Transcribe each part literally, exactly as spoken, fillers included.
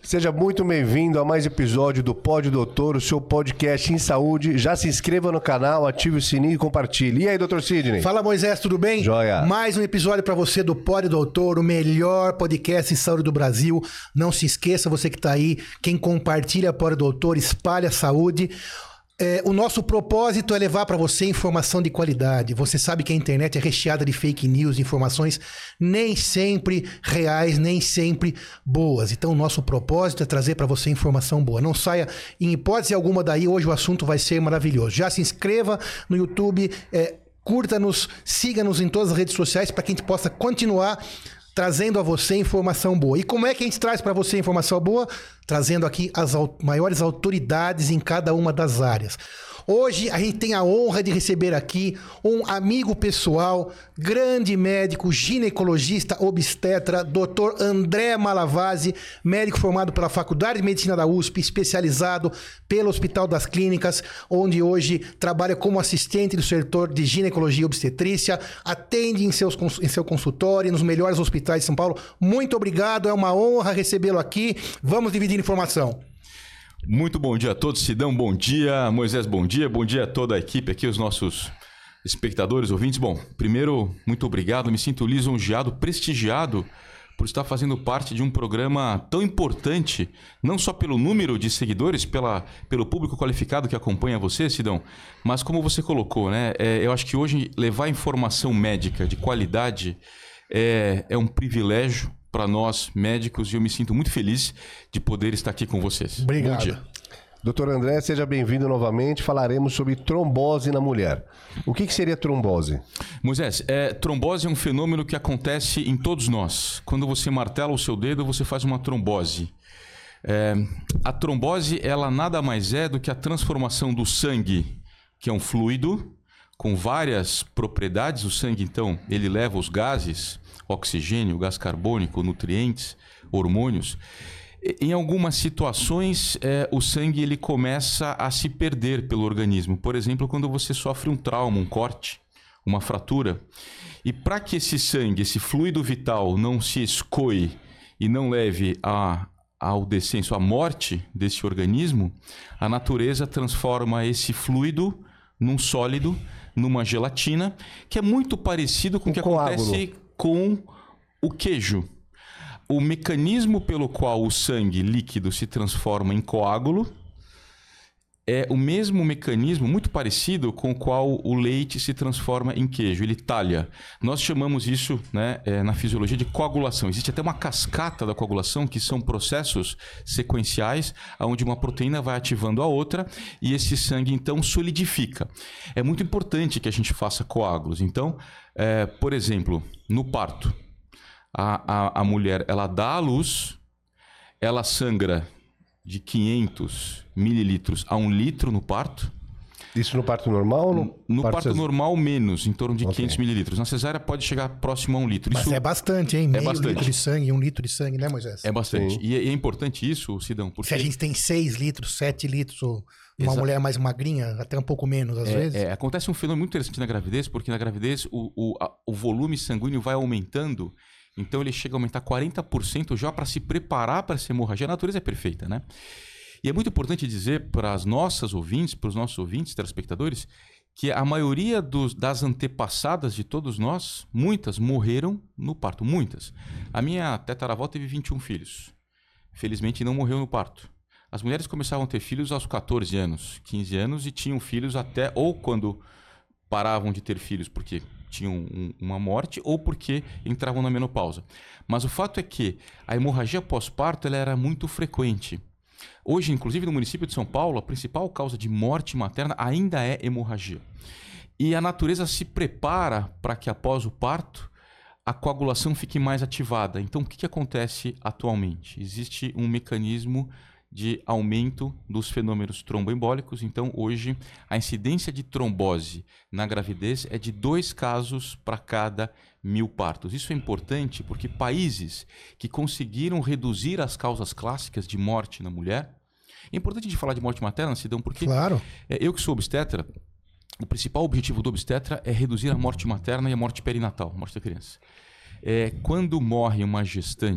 Seja muito bem-vindo a mais episódio do Pod Doutor, o seu podcast em saúde. Já se inscreva no canal, ative o sininho e compartilhe. E aí, doutor Sidney? Fala, Moisés, tudo bem? Joia. Mais um episódio para você do Pod Doutor, o melhor podcast em saúde do Brasil. Não se esqueça, você que está aí, quem compartilha Pod Doutor, espalha a saúde. É, o nosso propósito é levar para você informação de qualidade. Você sabe que a internet é recheada de fake news, informações nem sempre reais, nem sempre boas. Então, o nosso propósito é trazer para você informação boa. Não saia em hipótese alguma daí, hoje o assunto vai ser maravilhoso. Já se inscreva no YouTube, é, curta-nos, siga-nos em todas as redes sociais para que a gente possa continuar trazendo a você informação boa. E como é que a gente traz para você informação boa? Trazendo aqui as maiores autoridades em cada uma das áreas. Hoje a gente tem a honra de receber aqui um amigo pessoal, grande médico, ginecologista, obstetra, doutor André Malavasi, médico formado pela Faculdade de Medicina da U S P, especializado pelo Hospital das Clínicas, onde hoje trabalha como assistente do setor de ginecologia e obstetrícia, atende em, seus, em seu consultório, nos melhores hospitais de São Paulo. Muito obrigado, é uma honra recebê-lo aqui. Vamos dividir informação. Muito bom dia a todos, Sidão, bom dia, Moisés, bom dia, bom dia a toda a equipe aqui, os nossos espectadores, ouvintes. Bom, primeiro, muito obrigado, me sinto lisonjeado, prestigiado por estar fazendo parte de um programa tão importante, não só pelo número de seguidores, pela, pelo público qualificado que acompanha você, Sidão, mas como você colocou, né? É, eu acho que hoje levar informação médica de qualidade é, é um privilégio para nós médicos e eu me sinto muito feliz de poder estar aqui com vocês. Obrigado. Bom dia. Doutor André, seja bem-vindo novamente. Falaremos sobre trombose na mulher. O que, que seria trombose? Moisés, é, trombose é um fenômeno que acontece em todos nós. Quando você martela o seu dedo, você faz uma trombose. É, a trombose, ela nada mais é do que a transformação do sangue, que é um fluido com várias propriedades. O sangue, então, ele leva os gases, oxigênio, gás carbônico, nutrientes, hormônios. Em algumas situações, é, o sangue ele começa a se perder pelo organismo. Por exemplo, quando você sofre um trauma, um corte, uma fratura. E para que esse sangue, esse fluido vital não se escoe e não leve a, ao descenso, à morte desse organismo, a natureza transforma esse fluido num sólido, numa gelatina, que é muito parecido com o que acontece com o queijo. O mecanismo pelo qual o sangue líquido se transforma em coágulo é o mesmo mecanismo, muito parecido com o qual o leite se transforma em queijo, ele talha. Nós chamamos isso, né, é, na fisiologia de coagulação. Existe até uma cascata da coagulação, que são processos sequenciais, onde uma proteína vai ativando a outra e esse sangue, então, solidifica. É muito importante que a gente faça coágulos. Então, é, por exemplo, no parto, a, a, a mulher ela dá à luz, ela sangra de quinhentos mililitros a um litro no parto. Isso no parto normal ou no, no parto, parto normal menos, em torno de okay. quinhentos mililitros. Na cesárea pode chegar próximo a um litro. Mas isso é bastante, hein? Meio é bastante. litro de sangue, um litro de sangue, né, Moisés? É bastante. E é, e é importante isso, Sidão, porque... Se a gente tem seis litros, sete litros, ou uma Exato. mulher mais magrinha, até um pouco menos, às é, vezes. É, acontece um fenômeno muito interessante na gravidez, porque na gravidez o, o, a, o volume sanguíneo vai aumentando, então ele chega a aumentar quarenta por cento já para se preparar para essa hemorragia. A natureza é perfeita, né? E é muito importante dizer para as nossas ouvintes, para os nossos ouvintes, telespectadores, que a maioria dos, das antepassadas de todos nós, muitas morreram no parto, muitas. A minha tetaravó teve vinte e um filhos. Felizmente não morreu no parto. As mulheres começavam a ter filhos aos quatorze anos, quinze anos e tinham filhos até ou quando paravam de ter filhos porque tinham um, uma morte ou porque entravam na menopausa. Mas o fato é que a hemorragia pós-parto ela era muito frequente. Hoje, inclusive no município de São Paulo, a principal causa de morte materna ainda é hemorragia. E a natureza se prepara para que após o parto a coagulação fique mais ativada. Então, o que, que acontece atualmente? Existe um mecanismo de aumento dos fenômenos tromboembólicos. Então, hoje, a incidência de trombose na gravidez é de dois casos para cada mil partos. Isso é importante porque países que conseguiram reduzir as causas clássicas de morte na mulher... É importante a gente falar de morte materna, Sidão, porque claro. eu que sou obstetra, o principal objetivo do obstetra é reduzir a morte materna e a morte perinatal, a morte da criança. É, quando morre uma gestante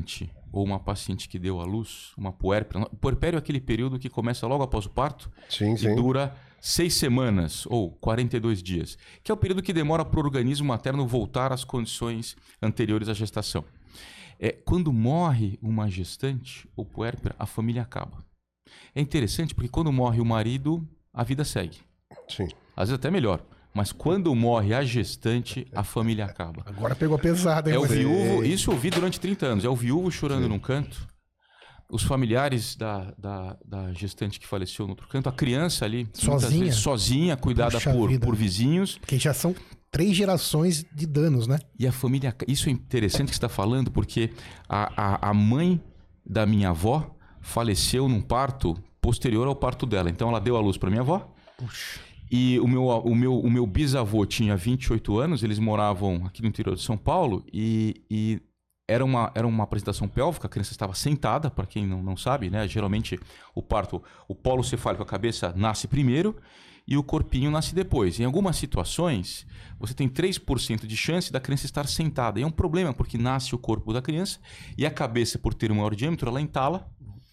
ou uma paciente que deu à luz, uma puérpera. O puerpério é aquele período que começa logo após o parto Sim, e sim. dura seis semanas ou quarenta e dois dias, que é o período que demora para o organismo materno voltar às condições anteriores à gestação. É, quando morre uma gestante ou puérpera, a família acaba. É interessante porque quando morre o marido, a vida segue. Sim. Às vezes até melhor. Mas quando morre a gestante, a família acaba. Agora pegou pesado, hein? É o você? viúvo, isso eu vi durante trinta anos, é o viúvo chorando num canto, os familiares da, da, da gestante que faleceu no outro canto, a criança ali, muitas Sozinha? vezes sozinha, cuidada Puxa por, vida. por vizinhos. Porque já são três gerações de danos, né? E a família... Isso é interessante que você está falando, porque a, a, a mãe da minha avó faleceu num parto posterior ao parto dela. Então ela deu a luz para minha avó. Puxa. E o meu, o, meu, o meu bisavô tinha vinte e oito anos, eles moravam aqui no interior de São Paulo e, e era, uma, era uma apresentação pélvica, a criança estava sentada, para quem não, não sabe, né? Geralmente o parto, o polo cefálico, a cabeça nasce primeiro e o corpinho nasce depois. Em algumas situações, você tem três por cento de chance da criança estar sentada. E é um problema, porque nasce o corpo da criança e a cabeça, por ter um maior diâmetro, ela entala.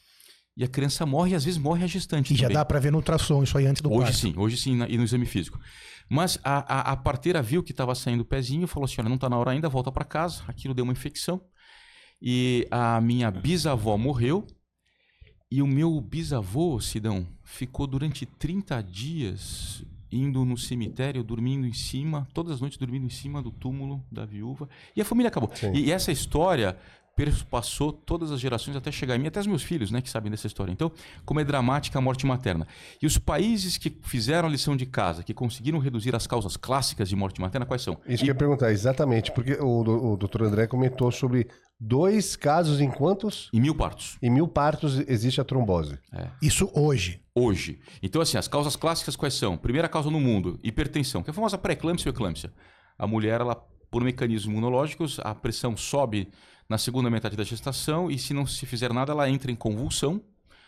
E a criança morre e às vezes morre a gestante E também. já dá pra ver no ultrassom isso aí antes do Hoje parto. sim, hoje sim na, e no exame físico. Mas a, a, a parteira viu que estava saindo o pezinho e falou assim, olha, não está na hora ainda, volta para casa. Aquilo deu uma infecção. E a minha bisavó morreu. E o meu bisavô, Sidão, ficou durante trinta dias indo no cemitério, dormindo em cima, todas as noites dormindo em cima do túmulo da viúva. E a família acabou. E, e essa história perpassou todas as gerações até chegar em mim, até os meus filhos, né, que sabem dessa história. Então, como é dramática a morte materna. E os países que fizeram a lição de casa, que conseguiram reduzir as causas clássicas de morte materna, quais são? Isso que eu ia perguntar, exatamente, porque o, o doutor André comentou sobre dois casos em quantos? Em mil partos. Em mil partos existe a trombose. É. Isso hoje. Hoje. Então, assim, as causas clássicas quais são? Primeira causa no mundo, hipertensão, que é a famosa pré-eclâmpsia ou eclâmpsia. A mulher, ela, por mecanismos imunológicos, a pressão sobe na segunda metade da gestação e se não se fizer nada, ela entra em convulsão,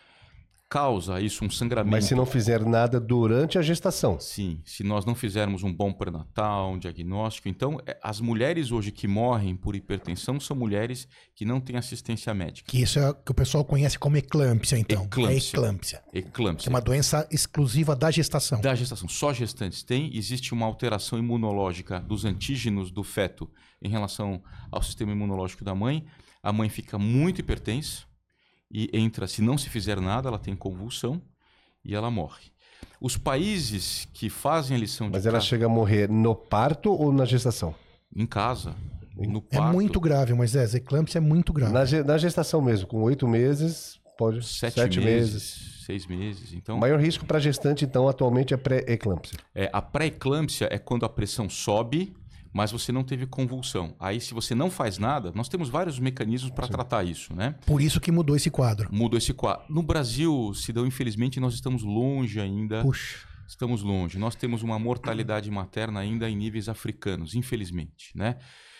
causa isso um sangramento. Mas se não fizer nada durante a gestação. Sim, se nós não fizermos um bom pré-natal, um diagnóstico. Então, as mulheres hoje que morrem por hipertensão são mulheres que não têm assistência médica. Que isso é o que o pessoal conhece como eclâmpsia, então. Eclâmpsia. É eclâmpsia. Eclâmpsia. Que é uma doença exclusiva da gestação. Da gestação. Só gestantes têm. Existe uma alteração imunológica dos antígenos do feto em relação ao sistema imunológico da mãe. A mãe fica muito hipertensa e entra, se não se fizer nada, ela tem convulsão e ela morre. Os países que fazem a lição de Mas ela casa, chega a morrer no parto ou na gestação? em casa, no É parto, muito grave, Moisés. Eclâmpsia é muito grave. Na, ge- na gestação mesmo, com oito meses, pode... sete, meses, seis meses. Então, O maior risco para gestante, então, atualmente é pré-eclâmpsia. é, a pré-eclâmpsia é quando a pressão sobe, mas você não teve convulsão. Aí, se você não faz nada, nós temos vários mecanismos para tratar isso, né? Por isso que mudou esse quadro. Mudou esse quadro. No Brasil, Sidão, infelizmente, nós estamos longe ainda. Puxa. Estamos longe. Nós temos uma mortalidade materna ainda em níveis africanos, infelizmente, né?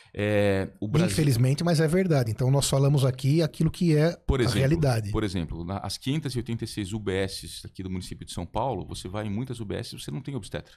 É, o Brasil, Infelizmente, mas é verdade. Então, nós falamos aqui aquilo que é por exemplo, a realidade. Por exemplo, nas quinhentas e oitenta e seis U B S aqui do município de São Paulo, você vai em muitas U B S e você não tem obstetra.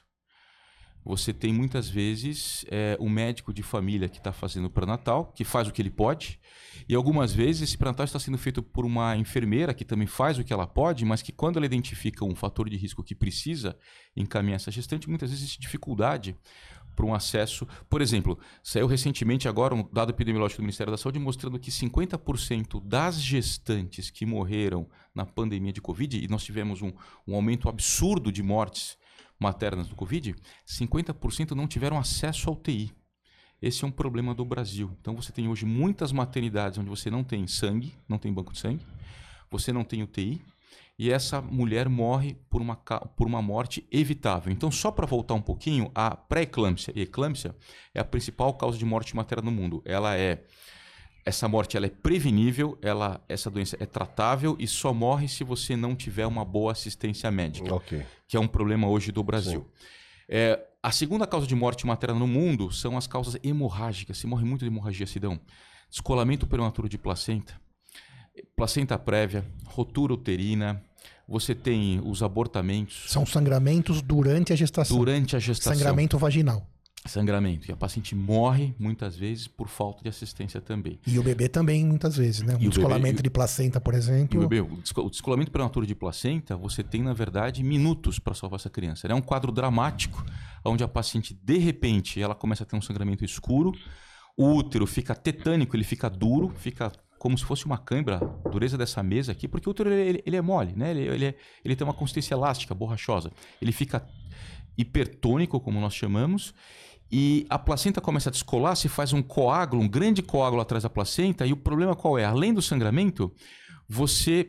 Você tem muitas vezes é, um médico de família que está fazendo o pré-natal, que faz o que ele pode, e algumas vezes esse pré-natal está sendo feito por uma enfermeira que também faz o que ela pode, mas que quando ela identifica um fator de risco que precisa encaminhar essa gestante, muitas vezes existe dificuldade para um acesso. Por exemplo, saiu recentemente agora um dado epidemiológico do Ministério da Saúde mostrando que cinquenta por cento das gestantes que morreram na pandemia de Covid, e nós tivemos um, um aumento absurdo de mortes maternas do Covid, cinquenta por cento não tiveram acesso ao U T I. Esse é um problema do Brasil. Então você tem hoje muitas maternidades onde você não tem sangue, não tem banco de sangue, você não tem U T I, e essa mulher morre por uma, por uma morte evitável. Então, só para voltar um pouquinho, a pré-eclâmpsia e eclâmpsia é a principal causa de morte materna no mundo. Ela é Essa morte ela é prevenível, ela, essa doença é tratável e só morre se você não tiver uma boa assistência médica, Ok. que é um problema hoje do Brasil. É, a segunda causa de morte materna no mundo são as causas hemorrágicas. Se morre muito de hemorragia, Sidão. Descolamento prematuro de placenta, placenta prévia, rotura uterina, você tem os abortamentos. São sangramentos durante a gestação. Durante a gestação. Sangramento vaginal. Sangramento. E a paciente morre, muitas vezes, por falta de assistência também. E o bebê também, muitas vezes, né? Um E o descolamento bebê- de placenta, por E exemplo. o bebê, o desco- o descolamento prematuro de placenta, você tem, na verdade, minutos para salvar essa criança. É um quadro dramático, onde a paciente, de repente, ela começa a ter um sangramento escuro, o útero fica tetânico, ele fica duro, fica como se fosse uma cãibra, a dureza dessa mesa aqui, porque o útero ele, ele é mole, né? Ele, ele, é- ele tem uma consistência elástica, borrachosa. Ele fica hipertônico, como nós chamamos, e a placenta começa a descolar, se faz um coágulo, um grande coágulo atrás da placenta, e o problema qual é? Além do sangramento, você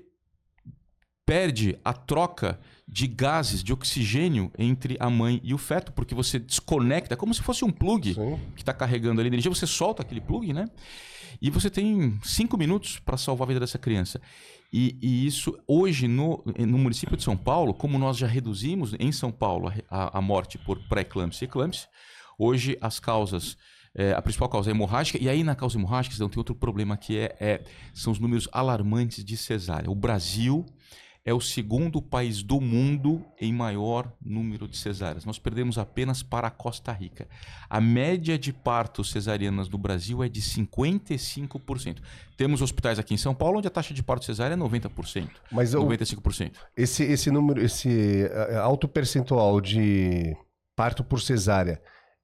perde a troca de gases, de oxigênio entre a mãe e o feto, porque você desconecta, é como se fosse um plug Sim. que está carregando ali energia, você solta aquele plug, né? E você tem cinco minutos para salvar a vida dessa criança. E, e isso, hoje, no, no município de São Paulo, como nós já reduzimos em São Paulo a, a morte por pré-eclâmpsia e eclâmpsia, hoje as causas, é, a principal causa é hemorrágica, e aí na causa hemorrágica então, tem outro problema que é, é, são os números alarmantes de cesárea. O Brasil é o segundo país do mundo em maior número de cesáreas. Nós perdemos apenas para a Costa Rica. A média de partos cesarianas no Brasil é de cinquenta e cinco por cento. Temos hospitais aqui em São Paulo onde a taxa de parto cesárea é noventa por cento. Mas o- noventa e cinco por cento. Esse, esse número, esse eh, alto percentual de parto por cesárea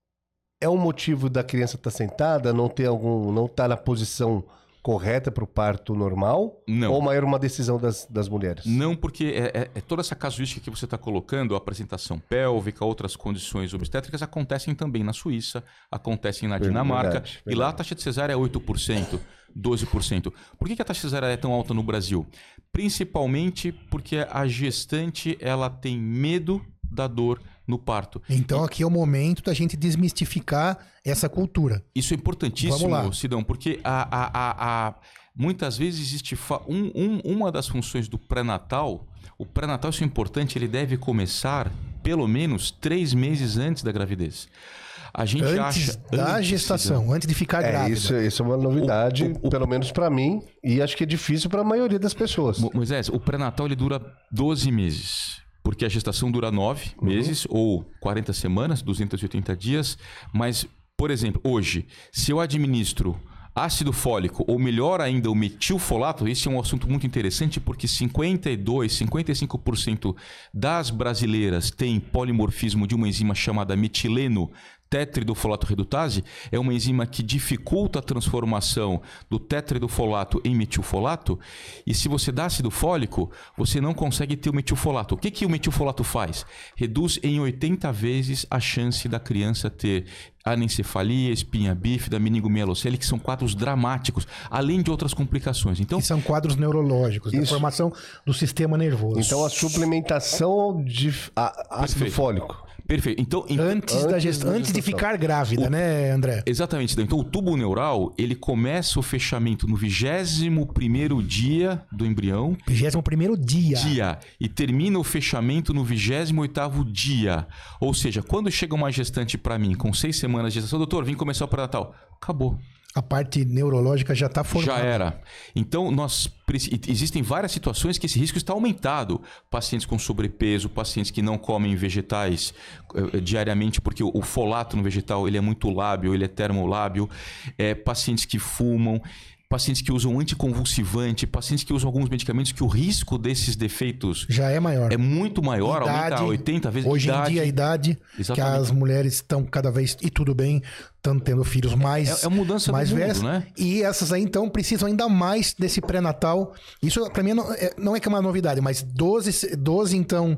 é um motivo da criança estar sentada, não ter algum, não estar na posição correta para o parto normal? Não. Ou maior uma decisão das, das mulheres? Não, porque é, é- é toda essa casuística que você está colocando, a apresentação pélvica, outras condições obstétricas, acontecem também na Suíça, acontecem na Dinamarca. Verdade, E lá a verdade. taxa de cesárea é oito por cento, doze por cento. Por que, que a taxa de cesárea é tão alta no Brasil? Principalmente porque a gestante ela tem medo da dor no parto. Então aqui é o momento da gente desmistificar essa cultura. Isso é importantíssimo, Vamos lá. Sidão, porque a, a, a, a- muitas vezes existe fa- um- um- uma das funções do pré-natal. O pré-natal, isso é importante, ele deve começar pelo menos três meses antes da gravidez. A gente Antes acha da antes, gestação, Sidão. antes de ficar É, grávida. isso, isso é uma novidade, O- o- o- pelo menos para mim, e acho que é difícil para a maioria das pessoas. Mo- Moisés, o pré-natal ele dura doze meses. Porque a gestação dura nove meses ou quarenta semanas, duzentos e oitenta dias. Mas, por exemplo, hoje, se eu administro ácido fólico ou melhor ainda o metilfolato, esse é um assunto muito interessante porque cinquenta e dois, cinquenta e cinco por cento das brasileiras têm polimorfismo de uma enzima chamada metileno tetridofolato redutase, é uma enzima que dificulta a transformação do tetridofolato em metilfolato, e se você dá ácido fólico, você não consegue ter o metilfolato. O que, que o metilfolato faz? Reduz em oitenta vezes a chance da criança ter anencefalia, espinha bífida, meningomielocele, que são quadros dramáticos, além de outras complicações. Então, Que são quadros neurológicos, da Isso. formação do sistema nervoso. Então a suplementação de a- ácido Perfeito. fólico. perfeito. Então, então Antes, da Antes gesta... da antes de gestação. ficar grávida, né, André? exatamente. Então, o tubo neural, ele começa o fechamento no vigésimo primeiro dia do embrião, vigésimo primeiro dia. dia, e termina o fechamento no vigésimo oitavo dia. Ou seja, quando chega uma gestante para mim com seis semanas de gestação, doutor, vim começar o pré-natal. Acabou. A parte neurológica já está formada. Já era. Então, nós preci- existem várias situações que esse risco está aumentado. Pacientes com sobrepeso, pacientes que não comem vegetais eh, diariamente, porque o, o folato no vegetal ele é muito lábil, ele é termolábil. Eh, pacientes que fumam, pacientes que usam anticonvulsivante, pacientes que usam alguns medicamentos que o risco desses defeitos Já é maior. é muito maior, aumenta a oitenta vezes. Hoje idade. em dia, a idade Exatamente. que as mulheres estão cada vez, e tudo bem, estão tendo filhos mais, É- é mudança do mais mundo, velhos. né? E essas aí, então, precisam ainda mais desse pré-natal. Isso, para mim, não é, não é que é uma novidade, mas doze, doze então...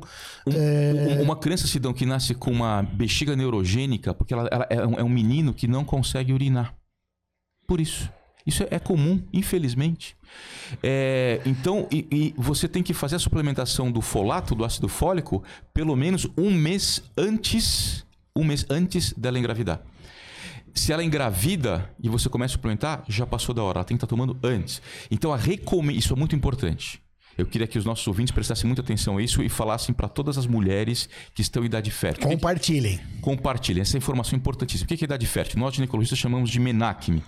Um- Uma criança, Sidão, que nasce com uma bexiga neurogênica, porque ela, ela é, um, é um menino que não consegue urinar. Por isso. Isso é, é comum, infelizmente. É, então, e, e você tem que fazer a suplementação do folato, do ácido fólico, pelo menos um mês antes, um mês antes dela engravidar. Se ela engravida e você começa a suplementar, já passou da hora. Ela tem que estar tomando antes. Então, a recome... isso é muito importante. Eu queria que os nossos ouvintes prestassem muita atenção a isso e falassem para todas as mulheres que estão em idade fértil. Compartilhem. Compartilhem essa informação importantíssima. O que é idade fértil? Nós, ginecologistas, chamamos de menacme,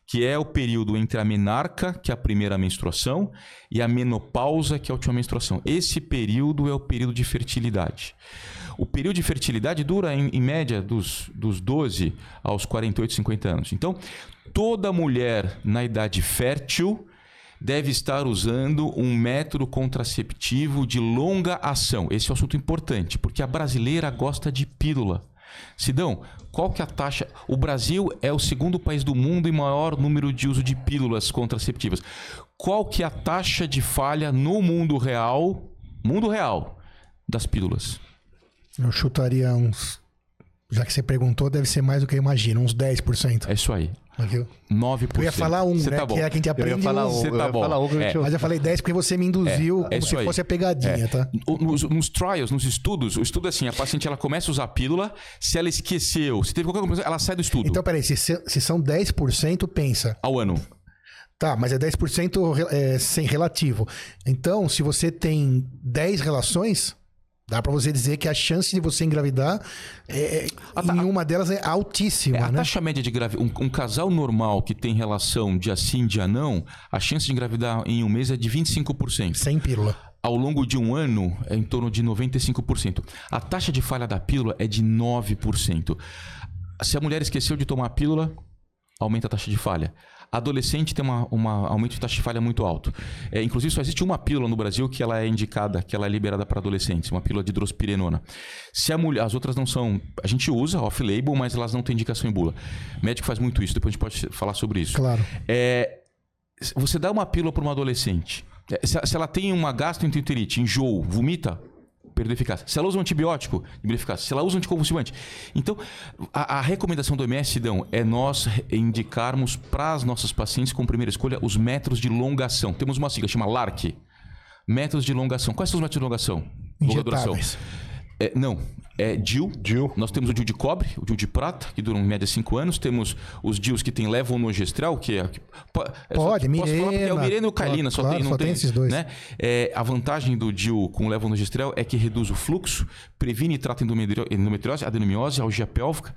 que é o período entre a menarca, que é a primeira menstruação, e a menopausa, que é a última menstruação. Esse período é o período de fertilidade. O período de fertilidade dura, em, em média, dos, dos doze aos quarenta e oito, cinquenta anos. Então, toda mulher na idade fértil deve estar usando um método contraceptivo de longa ação. Esse é um assunto importante, porque a brasileira gosta de pílula. Sidão, qual que é a taxa? O Brasil é o segundo país do mundo em maior número de uso de pílulas contraceptivas. Qual que é a taxa de falha no mundo real, mundo real, das pílulas? Eu chutaria uns... Já que você perguntou, deve ser mais do que eu imagino, uns dez por cento. É isso aí. Viu? nove por cento. Eu ia falar um, Cê né? Tá bom. Que é a que a gente aprende. Eu ia falar um, Você eu tá ia bom. falar um que eu É. tinha- Mas eu falei dez porque você me induziu É, é como isso se aí. fosse a pegadinha, É. tá? Nos, nos trials, nos estudos, o estudo é assim, a paciente ela começa a usar a pílula, se ela esqueceu, se teve qualquer coisa, ela sai do estudo. Então, peraí, se, se são dez por cento, pensa. Ao ano. Tá, mas é dez por cento re- é, sem relativo. Então, se você tem dez relações, dá pra você dizer que a chance de você engravidar é, A ta- em uma delas é altíssima, É, a né? taxa média de gravidez, um, um casal normal que tem relação dia sim, dia não, a chance de engravidar em um mês é de vinte e cinco por cento. Sem pílula. Ao longo de um ano, é em torno de noventa e cinco por cento. A taxa de falha da pílula é de nove por cento. Se a mulher esqueceu de tomar a pílula, aumenta a taxa de falha. Adolescente tem um uma aumento de taxa de falha muito alto. É, inclusive, só existe uma pílula no Brasil que ela é indicada, que ela é liberada para adolescentes, uma pílula de hidrospirenona. Se a mulher, as outras não são... A gente usa off-label, mas elas não têm indicação em bula. O médico faz muito isso, depois a gente pode falar sobre isso. Claro. É, você dá uma pílula para uma adolescente. É, Se, se ela tem uma gastroenterite, enjoo, vomita, perdeu eficácia. Se ela usa um antibiótico, perdeu eficácia. Se ela usa um anticonvulsivante. Então, a, a recomendação do O M S, Sidão, é nós indicarmos para as nossas pacientes, como primeira escolha, os métodos de longa ação. Temos uma sigla, chama LARC. Métodos de longa ação. Quais são os métodos de longa ação? Longa duração. Injetáveis. É, não, é D I U. D I U. Nós temos o D I U de cobre, o D I U de prata, que duram em média cinco anos. Temos os D I Us que tem levonorgestrel, que é... que- po- é só- Pode, posso falar porque é o Mirena. Mirena e o Kailina, só Claro, tem, não só tem esses dois. Né? É, a vantagem do D I U com levonorgestrel é que reduz o fluxo, previne e trata endometrio- endometriose, adenomiose, algia pélvica.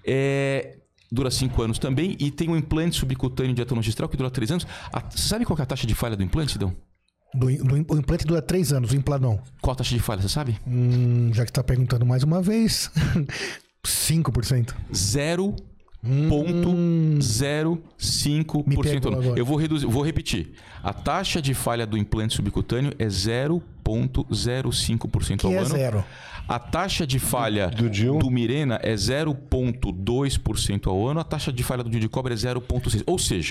É, dura cinco anos também. E tem um implante subcutâneo de etonogestrel que dura três anos. A- Você sabe qual que é a taxa de falha do implante, Sidão? Do, do, o implante dura três anos, o Implanon. Qual a taxa de falha, você sabe? Hum, já que tá perguntando mais uma vez, cinco por cento. zero vírgula zero cinco por cento. Me pegou agora. Eu vou, reduzir, vou repetir. A taxa de falha do implante subcutâneo é zero vírgula zero cinco por cento ao Que é ano. zero. A taxa de falha Do- do D I U? do Mirena é zero vírgula dois por cento ao ano. A taxa de falha do D I U de cobre é zero vírgula seis por cento. Ou seja,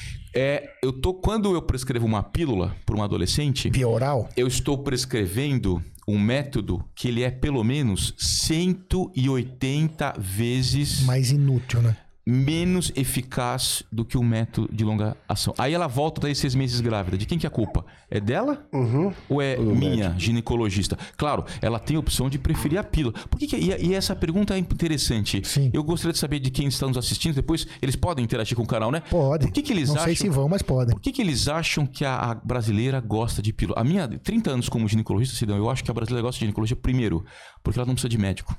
é, eu tô, quando eu prescrevo uma pílula para um adolescente, Via oral? eu estou prescrevendo um método que ele é pelo menos cento e oitenta vezes Mais inútil, né? menos eficaz do que o método de longa ação. Aí ela volta daí seis meses grávida. De quem que é a culpa? É dela? Uhum. Ou é minha, ginecologista? Claro, ela tem a opção de preferir a pílula. Por que que, e, e essa pergunta é interessante. Sim. Eu gostaria de saber de quem está nos assistindo. Depois, eles podem interagir com o canal, né? Pode. Por que que eles Não acham... sei se vão, mas podem. Por que, que eles acham que a, a brasileira gosta de pílula? A minha, trinta anos como ginecologista, Sidão, eu acho que a brasileira gosta de ginecologia primeiro, porque ela não precisa de médico.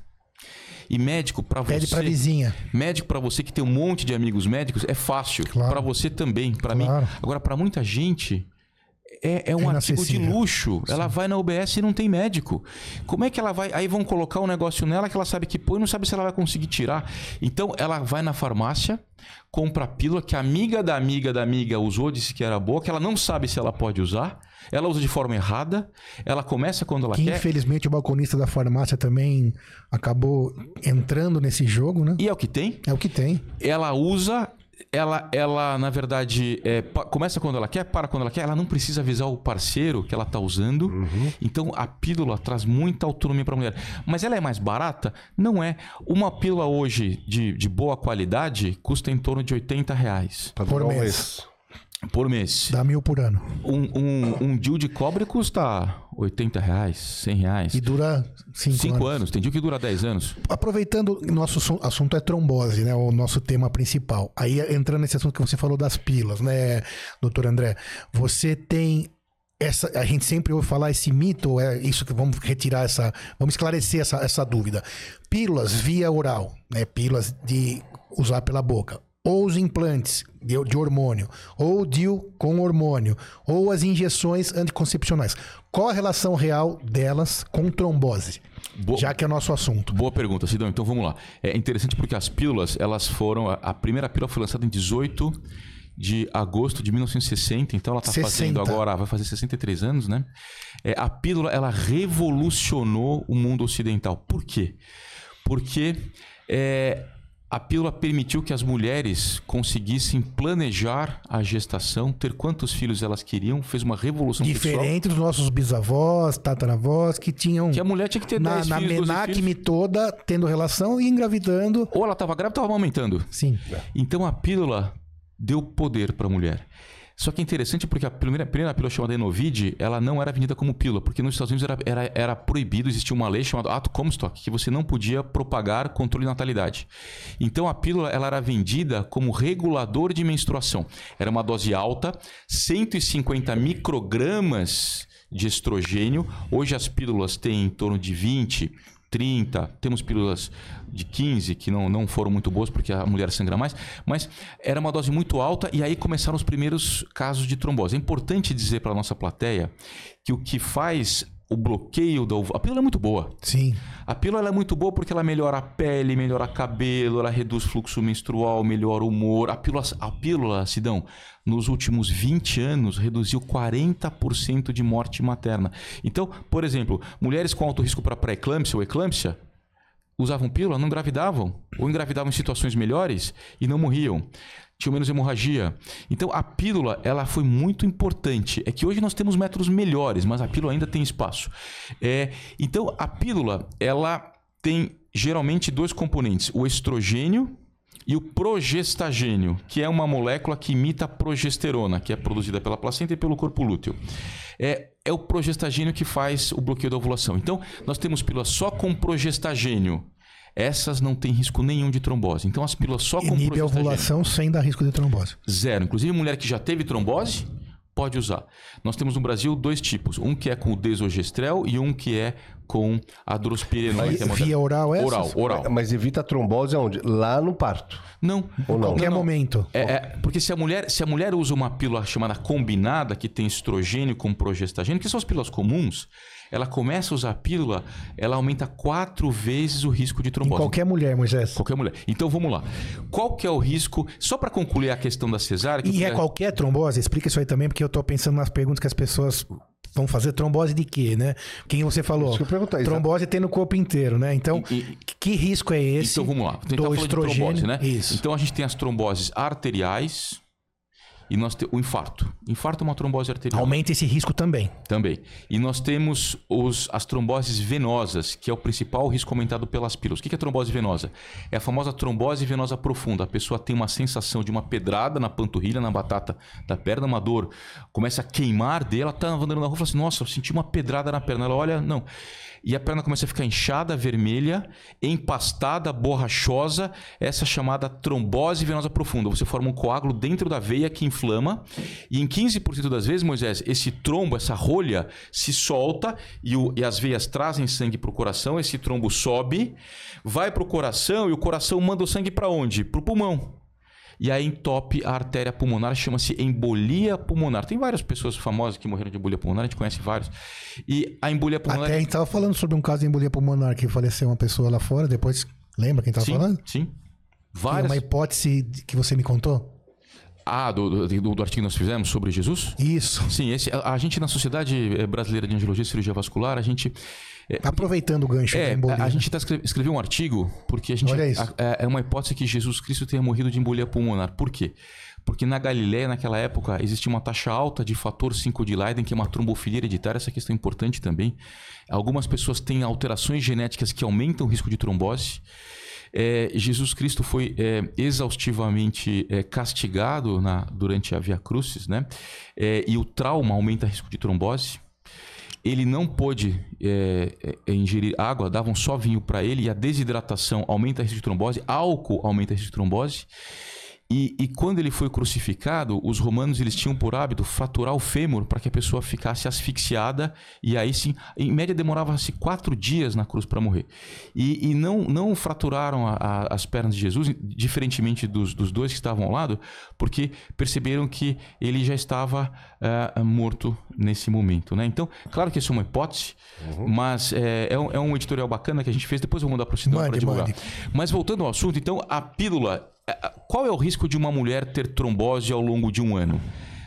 E médico para você... Pede pra vizinha. Médico para você que tem um monte de amigos médicos é fácil. Claro. Para você também, para Claro. mim. Agora, para muita gente... É, é um É artigo de inacessível. luxo. Ela vai na U B S e não tem médico. Como é que ela vai... Aí vão colocar um negócio nela que ela sabe que põe e não sabe se ela vai conseguir tirar. Então, ela vai na farmácia, compra a pílula que a amiga da amiga da amiga usou, disse que era boa, que ela não sabe se ela pode usar. Ela usa de forma errada. Ela começa quando ela Que quer. infelizmente o balconista da farmácia também acabou entrando nesse jogo, né? E é o que tem. É o que tem. Ela usa... Ela, ela, na verdade, é, pa- começa quando ela quer, para quando ela quer. Ela não precisa avisar o parceiro que ela está usando. Uhum. Então, a pílula traz muita autonomia para a mulher. Mas ela é mais barata? Não é. Uma pílula hoje de, de boa qualidade custa em torno de oitenta reais Pra Por durar um mês. por mês. Dá mil por ano. Um, um, um D I U de cobre custa oitenta reais, cem reais. E dura cinco, Cinco anos. anos. Tem D I U que dura dez anos. Aproveitando, nosso assu- assunto é trombose, né? O nosso tema principal. Aí, entrando nesse assunto que você falou das pílulas, né, doutor André? Você tem essa... A gente sempre ouve falar esse mito, ou é isso que vamos retirar essa... Vamos esclarecer essa, essa dúvida. Pílulas via oral, né? Pílulas de usar pela boca. ou os implantes de, de hormônio, ou o D I U com hormônio, ou as injeções anticoncepcionais. Qual a relação real delas com trombose? Boa, já que é o nosso assunto. Boa pergunta, Sidão. Então vamos lá. É interessante porque as pílulas, elas foram... A primeira pílula foi lançada em dezoito de agosto de mil novecentos e sessenta, então ela está fazendo agora, vai fazer sessenta e três anos, né? É, a pílula, ela revolucionou o mundo ocidental. Por quê? Porque é, a pílula permitiu que as mulheres conseguissem planejar a gestação, ter quantos filhos elas queriam, fez uma revolução diferente sexual. Dos nossos bisavós, tataravós, que tinham... Que a mulher tinha que ter dez na, filhos, na menacme toda, tendo relação e engravidando. Ou ela estava grávida ou estava amamentando. Sim. Então a pílula deu poder para a mulher. Só que é interessante porque a primeira, a primeira pílula chamada Enovid, ela não era vendida como pílula, porque nos Estados Unidos era, era, era proibido, existia uma lei chamada Ato Comstock, que você não podia propagar controle de natalidade. Então a pílula ela era vendida como regulador de menstruação. Era uma dose alta, cento e cinquenta microgramas de estrogênio. Hoje as pílulas têm em torno de vinte, trinta, temos pílulas de quinze que não, não foram muito boas porque a mulher sangra mais, mas era uma dose muito alta e aí começaram os primeiros casos de trombose. É importante dizer para a nossa plateia que o que faz o bloqueio da ovulação... A pílula é muito boa. Sim. A pílula ela é muito boa porque ela melhora a pele, melhora cabelo, ela reduz fluxo menstrual, melhora o humor. A pílula, a pílula, Sidão, nos últimos vinte anos, reduziu quarenta por cento de morte materna. Então, por exemplo, mulheres com alto risco para pré-eclâmpsia ou eclâmpsia usavam pílula, não engravidavam. Ou engravidavam em situações melhores e não morriam. Tinham menos hemorragia. Então, a pílula ela foi muito importante. É que hoje nós temos métodos melhores, mas a pílula ainda tem espaço. É, então, a pílula ela tem geralmente dois componentes. O estrogênio e o progestagênio, que é uma molécula que imita a progesterona, que é produzida pela placenta e pelo corpo lúteo. É, é o progestagênio que faz o bloqueio da ovulação. Então, nós temos pílulas só com progestagênio. Essas não têm risco nenhum de trombose. Então, as pílulas só com inibe a ovulação sem dar risco de trombose. Zero. Inclusive, mulher que já teve trombose, pode usar. Nós temos no Brasil dois tipos. Um que é com o desogestrel e um que é com a drospirenol. Via, via oral essas? Oral, oral. Mas evita a trombose aonde? Lá no parto. Não. Ou não? Em qualquer não, não. momento. É, é, porque se a, mulher, se a mulher usa uma pílula chamada combinada, que tem estrogênio com progestagênio, que são as pílulas comuns, ela começa a usar a pílula, ela aumenta quatro vezes o risco de trombose. Em qualquer mulher, Moisés. Qualquer mulher. Então vamos lá. Qual que é o risco? Só para concluir a questão da cesárea... Que e é quero... qualquer trombose? Explica isso aí também, porque eu tô pensando nas perguntas que as pessoas vão fazer. Trombose de quê, né? Quem você falou? Isso que eu perguntei, trombose tem no corpo inteiro, né? Então, e, e, que risco é esse? Então vamos lá. Então, do tá estrogênio, de trombose, né? Isso. Então a gente tem as tromboses arteriais e nós temos o infarto. Infarto é uma trombose arterial. Aumenta esse risco também. Também. E nós temos os, as tromboses venosas, que é o principal risco aumentado pelas pílulas. O que é trombose venosa? É a famosa trombose venosa profunda. A pessoa tem uma sensação de uma pedrada na panturrilha, na batata da perna, uma dor, começa a queimar dela, tá andando na rua e fala assim, nossa, eu senti uma pedrada na perna. Ela olha, não... E a perna começa a ficar inchada, vermelha, empastada, borrachosa, essa chamada trombose venosa profunda. Você forma um coágulo dentro da veia que inflama e em quinze por cento das vezes, Moisés, esse trombo, essa rolha se solta e, o, e as veias trazem sangue para o coração, esse trombo sobe, vai para o coração e o coração manda o sangue para onde? Para o pulmão. E aí entope a artéria pulmonar, chama-se embolia pulmonar. Tem várias pessoas famosas que morreram de embolia pulmonar, a gente conhece vários. E a embolia pulmonar... Até a gente estava falando sobre um caso de embolia pulmonar, que faleceu uma pessoa lá fora, depois... Lembra quem estava falando? Sim, várias. E uma hipótese que você me contou? Ah, do, do, do artigo que nós fizemos sobre Jesus? Isso. Sim, esse, a, a gente na Sociedade Brasileira de Angiologia e Cirurgia Vascular, a gente... É, Aproveitando o gancho é, da embolia. A gente tá escreve, escreveu um artigo porque a gente Olha isso. É, é uma hipótese que Jesus Cristo tenha morrido de embolia pulmonar. Por quê? Porque na Galileia, naquela época, existia uma taxa alta de fator cinco de Leiden, que é uma trombofilia hereditária. Essa questão é importante também. Algumas pessoas têm alterações genéticas que aumentam o risco de trombose. É, Jesus Cristo foi é, exaustivamente é, castigado na, durante a Via Crucis, né? É, e o trauma aumenta o risco de trombose. Ele não pôde é, é, ingerir água, davam só vinho para ele e a desidratação aumenta o risco de trombose, álcool aumenta o risco de trombose. E, e quando ele foi crucificado, os romanos eles tinham por hábito fraturar o fêmur para que a pessoa ficasse asfixiada e aí sim, em média demorava-se quatro dias na cruz para morrer. E, e não, não fraturaram a, a, as pernas de Jesus, diferentemente dos, dos dois que estavam ao lado, porque perceberam que ele já estava uh, morto nesse momento, né? Então, claro que isso é uma hipótese, uhum. mas é, é, um, é um editorial bacana que a gente fez, depois eu vou mandar para o Sidão para divulgar. Mande. Mas voltando ao assunto, então, a pílula... Qual é o risco de uma mulher ter trombose ao longo de um ano?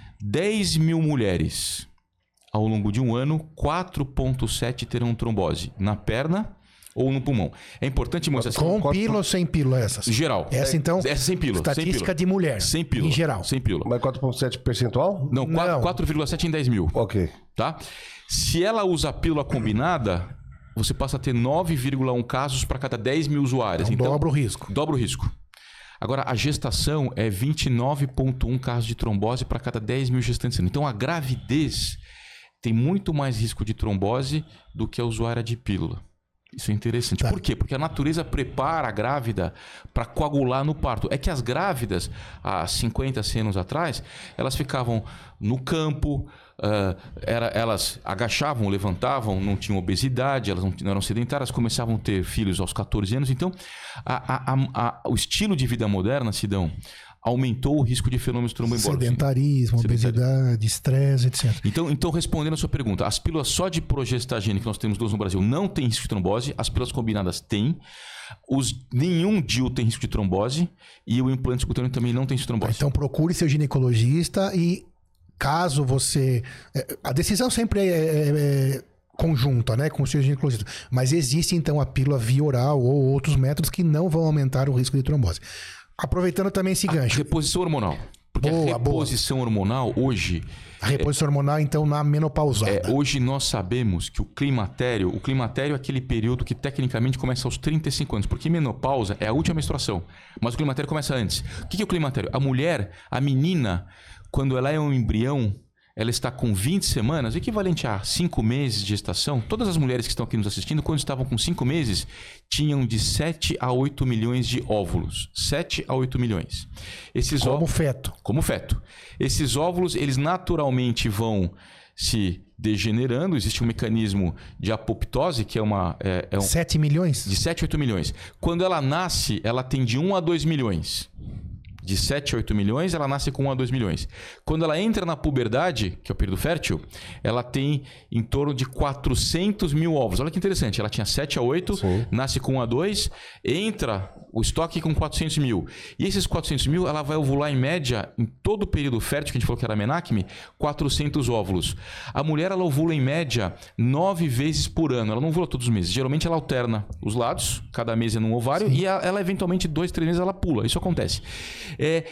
dez mil mulheres ao longo de um ano, quatro vírgula sete terão trombose na perna ou no pulmão. É importante, Moisés... Com quatro... pílula ou sem pílula essas? Geral. Essa então, essa sem pílula. Estatística sem pílula. de mulher, sem pílula. em geral. Sem pílula. Mas quatro vírgula sete percentual? Não, quatro vírgula sete em dez mil. Ok. Tá? Se ela usa a pílula combinada... Você passa a ter nove vírgula um casos para cada dez mil usuários. Então, então, dobra o risco. Dobra o risco. Agora, a gestação é vinte e nove vírgula um casos de trombose para cada dez mil gestantes. Então, a gravidez tem muito mais risco de trombose do que a usuária de pílula. Isso é interessante. Tá. Por quê? Porque a natureza prepara a grávida para coagular no parto. É que as grávidas, há cinquenta, cem anos atrás, elas ficavam no campo, uh, era, elas agachavam, levantavam, não tinham obesidade, elas não, não eram sedentárias, começavam a ter filhos aos catorze anos. Então, a, a, a, a, o estilo de vida moderna, Sidão, aumentou o risco de fenômenos tromboembólicos. Sedentarismo, obesidade, estresse, etcétera. Então, então, respondendo a sua pergunta, as pílulas só de progestagena que nós temos duas no Brasil não tem risco de trombose, as pílulas combinadas têm, os, nenhum D I U tem risco de trombose e o implante subcutâneo também não tem risco de trombose. Então procure seu ginecologista e caso você... A decisão sempre é... é, é... conjunta, né, com o seu ginecologista. Mas existe, então, a pílula via oral ou outros métodos que não vão aumentar o risco de trombose. Aproveitando também esse gancho. A reposição hormonal. Porque boa, a reposição boa. hormonal hoje... A reposição é, hormonal, então, na menopausada. É, hoje nós sabemos que o climatério... O climatério é aquele período que tecnicamente começa aos trinta e cinco anos. Porque menopausa é a última menstruação. Mas o climatério começa antes. O que é o climatério? A mulher, a menina, quando ela é um embrião... Ela está com vinte semanas, equivalente a cinco meses de gestação. Todas as mulheres que estão aqui nos assistindo, quando estavam com cinco meses, tinham de sete a oito milhões de óvulos. sete a oito milhões. Esses como óvulos, feto. Como feto. Esses óvulos, eles naturalmente vão se degenerando. Existe um mecanismo de apoptose, que é uma... É, é um, sete milhões? De sete a oito milhões. Quando ela nasce, ela tem de um a dois milhões. De sete a oito milhões, ela nasce com um a dois milhões. Quando ela entra na puberdade, que é o período fértil, ela tem em torno de quatrocentos mil ovos. Olha que interessante, ela tinha sete a oito, sim, nasce com um a dois, entra o estoque com quatrocentos mil. E esses quatrocentos mil, ela vai ovular em média, em todo o período fértil, que a gente falou que era menacme, quatrocentos óvulos. A mulher, ela ovula em média nove vezes por ano. Ela não ovula todos os meses. Geralmente ela alterna os lados, cada mês é num ovário, sim, e ela, ela eventualmente, dois, três meses, ela pula. Isso acontece. É,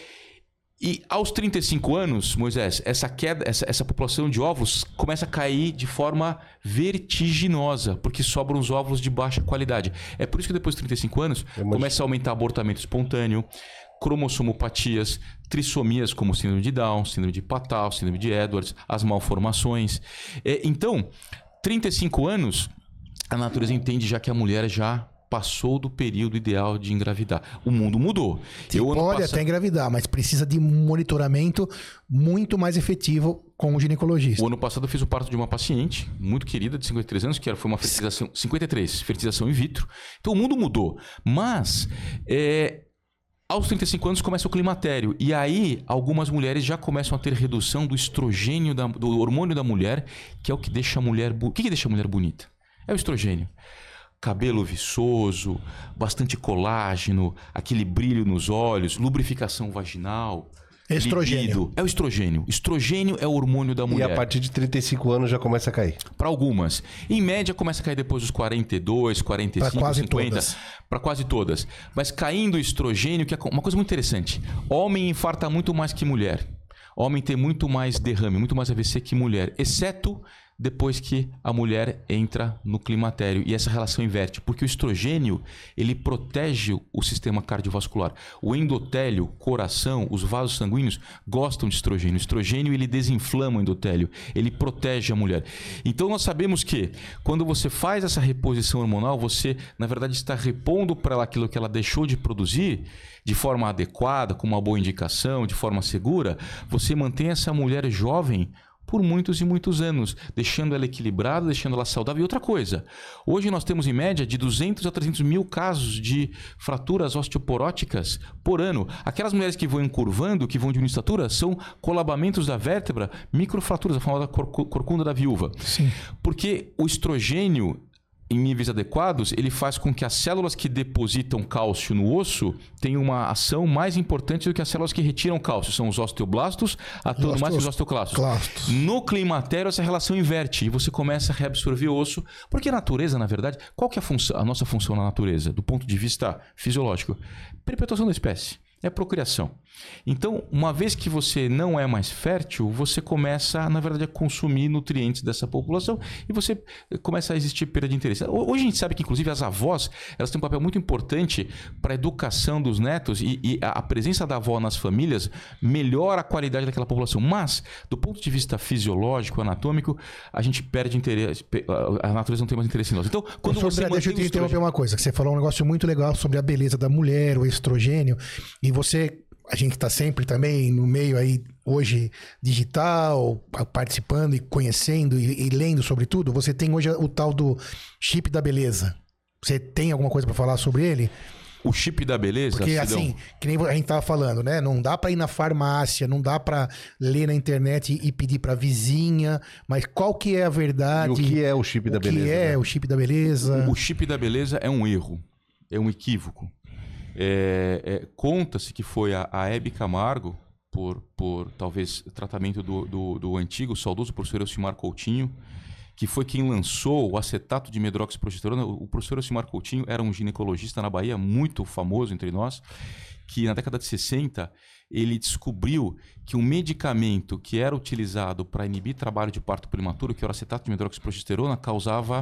e aos trinta e cinco anos, Moisés, essa queda, essa, essa população de óvulos começa a cair de forma vertiginosa, porque sobram os óvulos de baixa qualidade. É por isso que depois dos trinta e cinco anos, começa a aumentar abortamento espontâneo, cromossomopatias, trissomias como síndrome de Down, síndrome de Patau, síndrome de Edwards, as malformações. É, então, trinta e cinco anos, a natureza entende já que a mulher já passou do período ideal de engravidar. O mundo mudou. Você pode pass... até engravidar, mas precisa de um monitoramento muito mais efetivo com o ginecologista. O ano passado eu fiz o parto de uma paciente muito querida, de cinquenta e três anos, que foi uma fertilização... cinquenta e três, fertilização in vitro. Então o mundo mudou. Mas... É... Aos trinta e cinco anos começa o climatério. E aí, algumas mulheres já começam a ter redução do estrogênio, da... do hormônio da mulher, que é o que deixa a mulher... Bu... O que, que deixa a mulher bonita? É o estrogênio. Cabelo viçoso, bastante colágeno, aquele brilho nos olhos, lubrificação vaginal. Estrogênio. Libido. É o estrogênio. Estrogênio é o hormônio da mulher. E a partir de trinta e cinco anos já começa a cair? Para algumas. Em média, começa a cair depois dos quarenta e dois, quarenta e cinco, pra quase cinquenta. Para quase todas. Mas caindo o estrogênio, que é uma coisa muito interessante. Homem infarta muito mais que mulher. Homem tem muito mais derrame, muito mais A V C que mulher. Exceto depois que a mulher entra no climatério. E essa relação inverte, porque o estrogênio, ele protege o sistema cardiovascular. O endotélio, coração, os vasos sanguíneos gostam de estrogênio. O estrogênio, ele desinflama o endotélio, ele protege a mulher. Então nós sabemos que quando você faz essa reposição hormonal, você, na verdade, está repondo para ela aquilo que ela deixou de produzir de forma adequada, com uma boa indicação, de forma segura. Você mantém essa mulher jovem por muitos e muitos anos, deixando ela equilibrada, deixando ela saudável. E outra coisa, hoje nós temos em média de duzentos a trezentos mil casos de fraturas osteoporóticas por ano. Aquelas mulheres que vão encurvando, que vão diminuindo estatura, são colabamentos da vértebra, microfraturas, a famosa cor corcunda da viúva. Sim. Porque o estrogênio, em níveis adequados, ele faz com que as células que depositam cálcio no osso tenham uma ação mais importante do que as células que retiram cálcio. São os osteoblastos, atuando mais que os osteoclastos. Clastos. No climatério, essa relação inverte e você começa a reabsorver o osso. Porque a natureza, na verdade, qual que é a, função, a nossa função na natureza, do ponto de vista fisiológico? Perpetuação da espécie. É procriação. Então, uma vez que você não é mais fértil, você começa, na verdade, a consumir nutrientes dessa população e você começa a existir perda de interesse. Hoje a gente sabe que, inclusive, as avós, elas têm um papel muito importante para a educação dos netos e, e a presença da avó nas famílias melhora a qualidade daquela população. Mas, do ponto de vista fisiológico, anatômico, a gente perde interesse, a natureza não tem mais interesse em nós. Então, quando você André, deixa eu te interromper uma coisa, que você falou um negócio muito legal sobre a beleza da mulher, o estrogênio, e você, a gente está sempre também no meio aí hoje digital, participando e conhecendo e, e lendo sobre tudo. Você tem hoje o tal do chip da beleza. Você tem alguma coisa para falar sobre ele? O chip da beleza? Porque Cidão, assim, que nem a gente tava falando, né? Não dá para ir na farmácia, não dá para ler na internet e, e pedir para vizinha, mas qual que é a verdade? E o que é o chip da beleza? O que é né? o chip da beleza? O chip da beleza é um erro, é um equívoco. É, é, conta-se que foi a, a Hebe Camargo, por, por talvez tratamento do, do, do antigo, saudoso professor Elcimar Coutinho, que foi quem lançou o acetato de medroxiprogesterona. O professor Elcimar Coutinho era um ginecologista na Bahia, muito famoso entre nós, que na década de sessenta ele descobriu que um medicamento que era utilizado para inibir trabalho de parto prematuro, que era o acetato de medroxiprogesterona, causava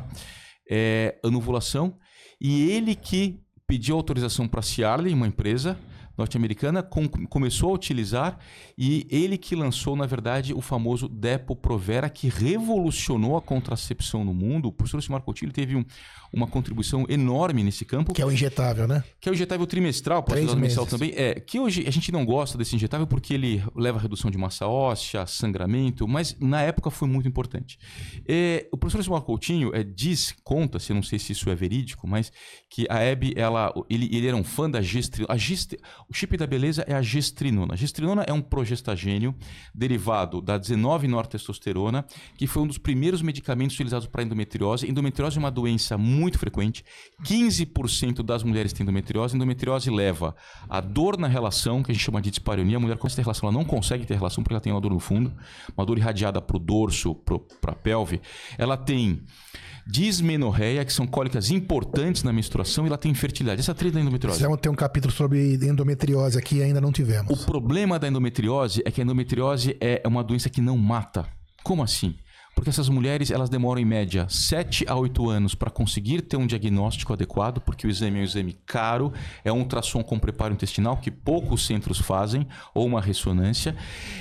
é, anovulação, e ele que pediu autorização para a Ciarli, uma empresa norte-americana, com, começou a utilizar, e ele que lançou, na verdade, o famoso Depo-Provera, que revolucionou a contracepção no mundo. O professor Elcimar Coutinho teve um, uma contribuição enorme nesse campo. Que é o injetável, né? Que é o injetável trimestral, pode ser mensal também. É, que hoje a gente não gosta desse injetável porque ele leva a redução de massa óssea, sangramento, mas na época foi muito importante. É, o professor Elcimar Coutinho é, diz, conta-se, eu não sei se isso é verídico, mas que a Hebe, ela, ele, ele era um fã da gestrinona. A gest... O chip da beleza é a gestrinona. A gestrinona é um progestagênio derivado da dezenove-nortestosterona, que foi um dos primeiros medicamentos utilizados para endometriose. Endometriose é uma doença muito frequente. quinze por cento das mulheres têm endometriose. Endometriose leva a dor na relação, que a gente chama de dispareunia. A mulher com essa relação, ela não consegue ter relação porque ela tem uma dor no fundo, uma dor irradiada para o dorso, para a pelve. Ela tem dismenorreia, que são cólicas importantes na menstruação, e ela tem infertilidade. Essa treta da endometriose. Precisamos ter um capítulo sobre endometriose aqui, ainda não tivemos. O problema da endometriose é que a endometriose é uma doença que não mata. Como assim? Porque essas mulheres, elas demoram em média sete a oito anos para conseguir ter um diagnóstico adequado, porque o exame é um exame caro, é um ultrassom com preparo intestinal que poucos centros fazem, ou uma ressonância.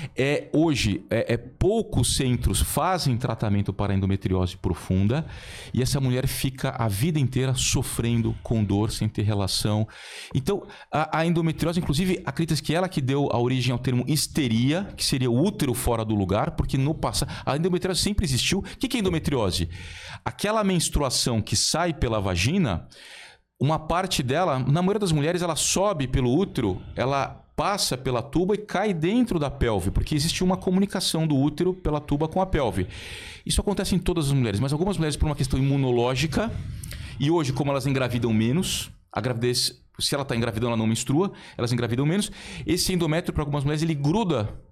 É, hoje, é, é, poucos centros fazem tratamento para endometriose profunda, e essa mulher fica a vida inteira sofrendo com dor, sem ter relação. Então, a, a endometriose, inclusive, acredita-se que ela que deu a origem ao termo histeria, que seria o útero fora do lugar, porque no passado, a endometriose sempre existiu. O que é endometriose? Aquela menstruação que sai pela vagina, uma parte dela, na maioria das mulheres, ela sobe pelo útero, ela passa pela tuba e cai dentro da pelve, porque existe uma comunicação do útero pela tuba com a pelve. Isso acontece em todas as mulheres, mas algumas mulheres por uma questão imunológica, e hoje, como elas engravidam menos, a gravidez, se ela está engravidando, ela não menstrua, elas engravidam menos, esse endométrio, para algumas mulheres, ele gruda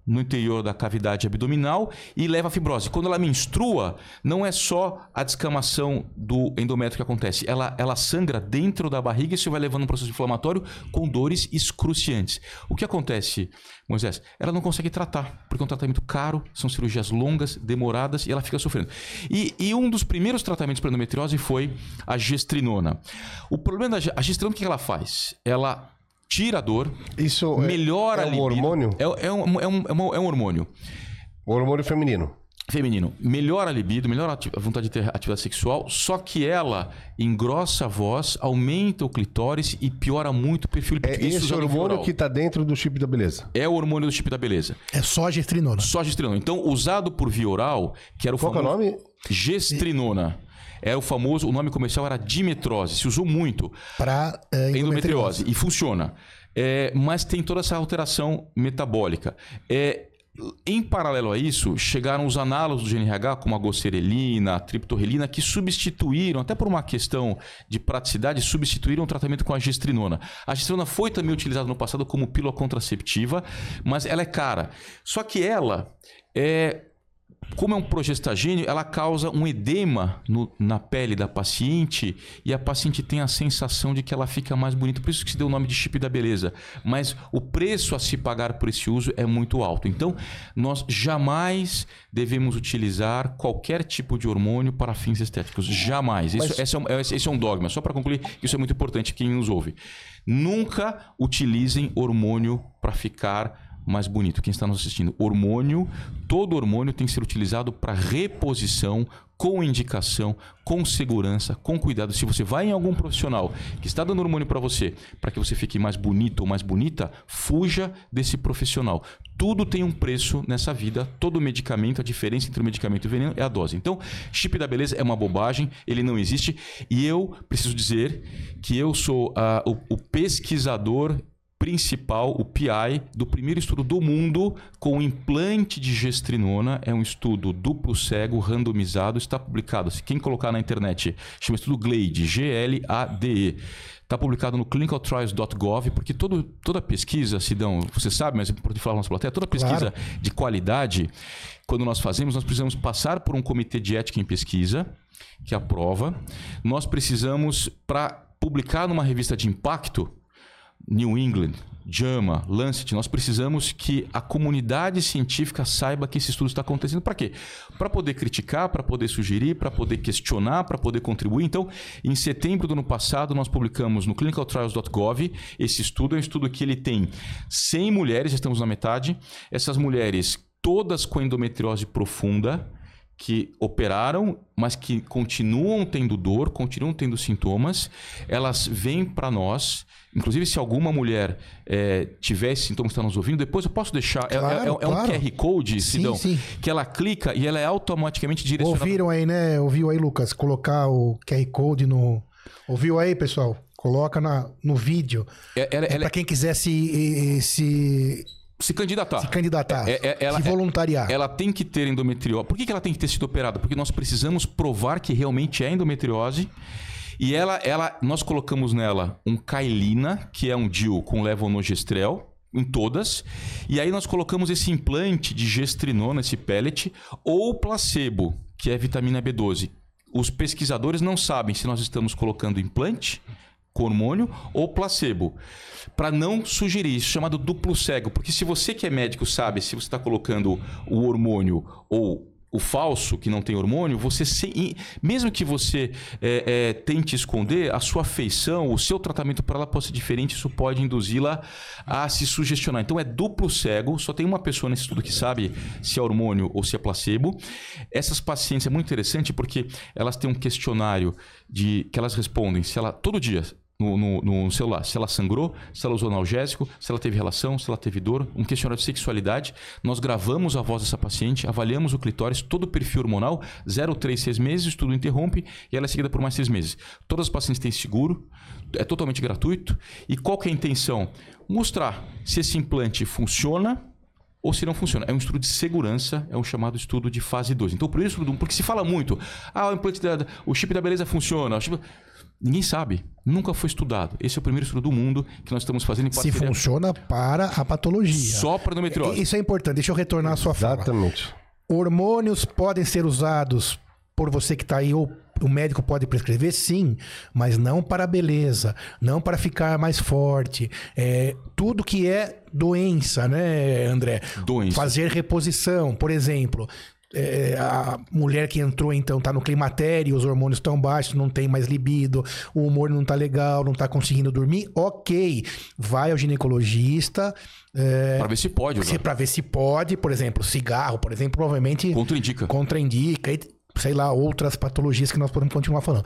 no interior da cavidade abdominal e leva à fibrose. Quando ela menstrua, não é só a descamação do endométrio que acontece. Ela, ela sangra dentro da barriga e isso vai levando um processo inflamatório com dores excruciantes. O que acontece, Moisés? Ela não consegue tratar, porque é um tratamento caro, são cirurgias longas, demoradas e ela fica sofrendo. E, e um dos primeiros tratamentos para endometriose foi a gestrinona. O problema da a gestrinona, o que ela faz? Ela tira a dor, Isso melhora é, é a libido. um hormônio? É, é, um, é, um, é, um, é um hormônio. O hormônio feminino. Feminino. Melhora a libido, melhora a vontade de ter atividade sexual, só que ela engrossa a voz, aumenta o clitóris e piora muito o perfil. É esse hormônio que está dentro do chip da beleza. É o hormônio do chip da beleza. É só gestrinona. Só gestrinona. Então, usado por via oral, que era o Qual famoso... Qual é o nome? Gestrinona. É o famoso, o nome comercial era dimetrose, se usou muito para é, endometriose. endometriose e funciona. É, mas tem toda essa alteração metabólica. É, em paralelo a isso, chegaram os análogos do G N R H, como a goserelina, a triptorelina, que substituíram, até por uma questão de praticidade, substituíram o tratamento com a gestrinona. A gestrinona foi também utilizada no passado como pílula contraceptiva, mas ela é cara. Só que ela é... Como é um progestagênio, ela causa um edema no, na pele da paciente e a paciente tem a sensação de que ela fica mais bonita. Por isso que se deu o nome de chip da beleza. Mas o preço a se pagar por esse uso é muito alto. Então, nós jamais devemos utilizar qualquer tipo de hormônio para fins estéticos. Jamais. Isso, Mas... esse, é um, esse é um dogma. Só para concluir, isso é muito importante quem nos ouve. Nunca utilizem hormônio para ficar mais bonito. Quem está nos assistindo, hormônio, todo hormônio tem que ser utilizado para reposição, com indicação, com segurança, com cuidado. Se você vai em algum profissional que está dando hormônio para você, para que você fique mais bonito ou mais bonita, fuja desse profissional. Tudo tem um preço nessa vida, todo medicamento, a diferença entre o medicamento e o veneno é a dose. Então, chip da beleza é uma bobagem, ele não existe. E eu preciso dizer que eu sou uh, o, o pesquisador principal, o P I, do primeiro estudo do mundo com implante de gestrinona. É um estudo duplo cego, randomizado, está publicado. Se quem colocar na internet, chama estudo GLADE, G L A D E. Está publicado no clinical trials ponto gov, porque todo, toda pesquisa, Sidão, você sabe, mas é importante falar na nossa plateia, toda pesquisa claro. de qualidade, quando nós fazemos, nós precisamos passar por um comitê de ética em pesquisa, que aprova. Nós precisamos, para publicar numa revista de impacto, New England, JAMA, Lancet, nós precisamos que a comunidade científica saiba que esse estudo está acontecendo. Para quê? Para poder criticar, para poder sugerir, para poder questionar, para poder contribuir. Então, em setembro do ano passado, nós publicamos no clinical trials ponto gov esse estudo. É um estudo que ele tem cem mulheres, já estamos na metade. Essas mulheres, todas com endometriose profunda, que operaram, mas que continuam tendo dor, continuam tendo sintomas. Elas vêm para nós. Inclusive, se alguma mulher é, tiver esse sintoma que está nos ouvindo, depois eu posso deixar. Claro, é, é, é claro. um Q R Code, Sidão, sim, sim. que ela clica e ela é automaticamente direcionada. Ouviram aí, né? Ouviu aí, Lucas? Colocar o Q R Code no... Ouviu aí, pessoal? Coloca na, no vídeo. É, ela, é para quem quiser se... se... Se candidatar. Se candidatar. É, é, ela, se voluntariar. É, ela tem que ter endometriose. Por que, que ela tem que ter sido operada? Porque nós precisamos provar que realmente é endometriose. E ela, ela, nós colocamos nela um Kailina, que é um D I U com levonorgestrel, em todas. E aí nós colocamos esse implante de gestrinona, esse pellet, ou placebo, que é vitamina B doze. Os pesquisadores não sabem se nós estamos colocando implante com hormônio ou placebo, para não sugerir isso, chamado duplo cego. Porque se você que é médico sabe se você está colocando o hormônio ou o falso, que não tem hormônio, você se, mesmo que você é, é, tente esconder, a sua feição, o seu tratamento para ela pode ser diferente, isso pode induzi-la a se sugestionar. Então é duplo cego, só tem uma pessoa nesse estudo que sabe se é hormônio ou se é placebo. Essas pacientes é muito interessante porque elas têm um questionário de, que elas respondem se ela todo dia. No, no, no celular, se ela sangrou, se ela usou analgésico, se ela teve relação, se ela teve dor, um questionário de sexualidade. Nós gravamos a voz dessa paciente, avaliamos o clitóris, todo o perfil hormonal, zero, três, seis meses, o estudo interrompe e ela é seguida por mais seis meses. Todas as pacientes têm seguro, é totalmente gratuito. E qual que é a intenção? Mostrar se esse implante funciona ou se não funciona. É um estudo de segurança, é um chamado estudo de fase dois. Então, o primeiro estudo, porque se fala muito, ah, o implante da, o chip da beleza funciona, o chip... Ninguém sabe. Nunca foi estudado. Esse é o primeiro estudo do mundo que nós estamos fazendo em parceria. Se funciona para a patologia. Só para endometriose. Isso é importante. Deixa eu retornar à sua fala. Exatamente. Hormônios podem ser usados por você que está aí, ou o médico pode prescrever, sim, mas não para a beleza, não para ficar mais forte. É, tudo que é doença, né, André? Doença. Fazer reposição, por exemplo. É, a mulher que entrou, então, tá no climatério, os hormônios estão baixos, não tem mais libido, o humor não tá legal, não tá conseguindo dormir, ok. Vai ao ginecologista. É, para ver se pode usar. Para ver se pode, por exemplo, cigarro, por exemplo, provavelmente... Contraindica. Contraindica, e, sei lá, outras patologias que nós podemos continuar falando.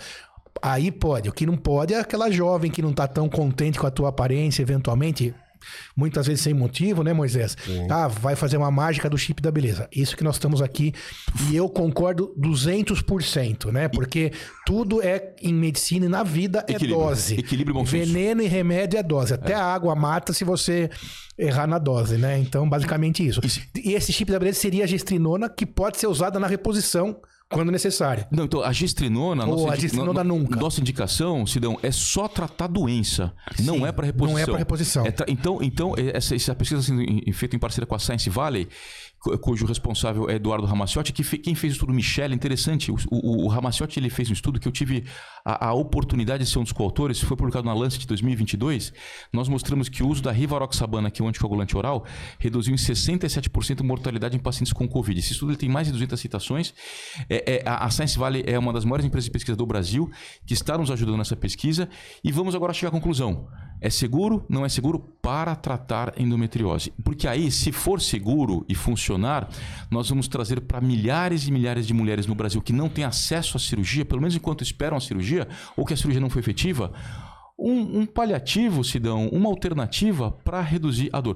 Aí pode. O que não pode é aquela jovem que não tá tão contente com a tua aparência, eventualmente... Muitas vezes sem motivo, né, Moisés? Sim. Ah, vai fazer uma mágica do chip da beleza. Isso que nós estamos aqui. E eu concordo duzentos por cento, né? Porque tudo é em medicina e na vida é equilíbrio. Dose. Equilíbrio bom senso. Veneno e remédio é dose. Até é. a água mata se você errar na dose, né? Então, basicamente isso. isso. E esse chip da beleza seria a gestrinona, que pode ser usada na reposição quando necessário. Não, então a gestrinona... Ou nossa a gestrinona no, nunca. Nossa indicação, Sidão, é só tratar doença. Sim, não é para reposição. Não é para reposição. É tra... Então, então essa, essa pesquisa sendo feita em parceria com a Science Valley, cujo responsável é Eduardo Ramaciotti, que fe... quem fez o estudo, Michele, interessante, o, o, o Ramaciotti ele fez um estudo que eu tive a, a oportunidade de ser um dos coautores, foi publicado na Lancet de dois mil e vinte e dois. Nós mostramos que o uso da rivaroxabana, que é um anticoagulante oral, reduziu em sessenta e sete por cento a mortalidade em pacientes com Covid. Esse estudo ele tem mais de duzentas citações. É, é, a, a Science Valley é uma das maiores empresas de pesquisa do Brasil, que está nos ajudando nessa pesquisa. E vamos agora chegar à conclusão. É seguro? Não é seguro para tratar endometriose. Porque aí, se for seguro e funcionar, nós vamos trazer para milhares e milhares de mulheres no Brasil que não têm acesso à cirurgia, pelo menos enquanto esperam a cirurgia, ou que a cirurgia não foi efetiva, um, um paliativo, Sidão, uma alternativa para reduzir a dor.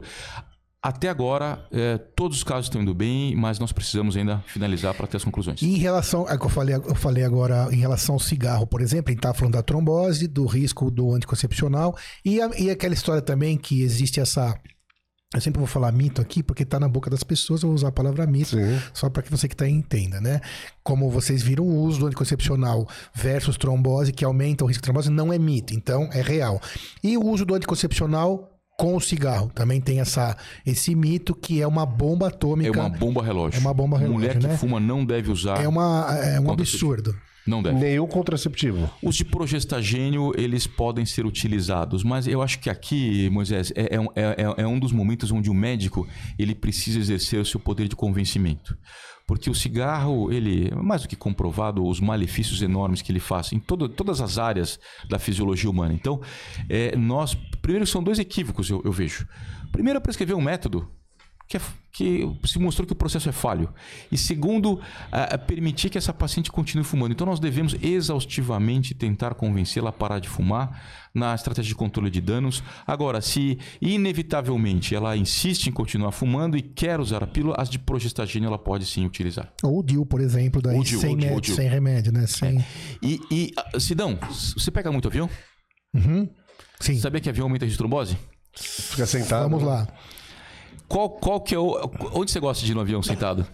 Até agora, é, todos os casos estão indo bem, mas nós precisamos ainda finalizar para ter as conclusões. E em relação, é que eu falei, eu falei agora, em relação ao cigarro, por exemplo, a gente está falando da trombose, do risco do anticoncepcional, e, a, e aquela história também que existe essa... Eu sempre vou falar mito aqui, porque está na boca das pessoas, eu vou usar a palavra mito, Sim. só para que você que está aí entenda, né? Como vocês viram, o uso do anticoncepcional versus trombose, que aumenta o risco de trombose, não é mito, então é real. E o uso do anticoncepcional com o cigarro. Também tem essa, esse mito que é uma bomba atômica. É uma bomba relógio. É uma bomba relógio, Mulher que né? fuma não deve usar. É, uma, é um absurdo. Não deve. Nenhum contraceptivo. Os de progestagênio, eles podem ser utilizados, mas eu acho que aqui, Moisés, é, é, é, é um dos momentos onde o médico ele precisa exercer o seu poder de convencimento. Porque o cigarro, ele é mais do que comprovado os malefícios enormes que ele faz em todo, todas as áreas da fisiologia humana. Então, é, nós... Primeiro, são dois equívocos, eu, eu vejo. Primeiro, é prescrever um método que, é, que se mostrou que o processo é falho. E segundo, a, a permitir que essa paciente continue fumando. Então, nós devemos exaustivamente tentar convencê-la a parar de fumar na estratégia de controle de danos. Agora, se inevitavelmente ela insiste em continuar fumando e quer usar a pílula, as de progestagênio ela pode sim utilizar. Ou o D I U, por exemplo, daí o D I U, sem, o D I U, med- o D I U. sem remédio, né? Sem... É. E, e, Sidão, você pega muito avião? Uhum. Sim. Sabia que avião aumenta a risco de trombose? Fica sentado. Vamos lá. Qual, qual que é o... Onde você gosta de ir no avião sentado?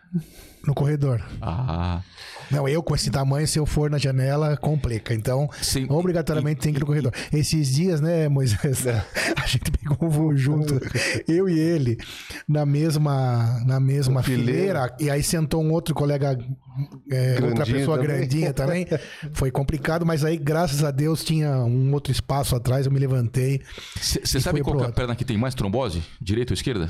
No corredor. Ah... Não, eu com esse tamanho, se eu for na janela, complica. Então, Sim. obrigatoriamente E, tem que ir no corredor. Esses dias, né, Moisés? É. A gente pegou um voo junto, eu e ele, na mesma, na mesma fileira. E aí sentou um outro colega, é, outra pessoa também. grandinha também. Foi complicado, mas aí, graças a Deus, tinha um outro espaço atrás. Eu me levantei. Você sabe qual que é a perna que tem mais trombose? Direita ou esquerda?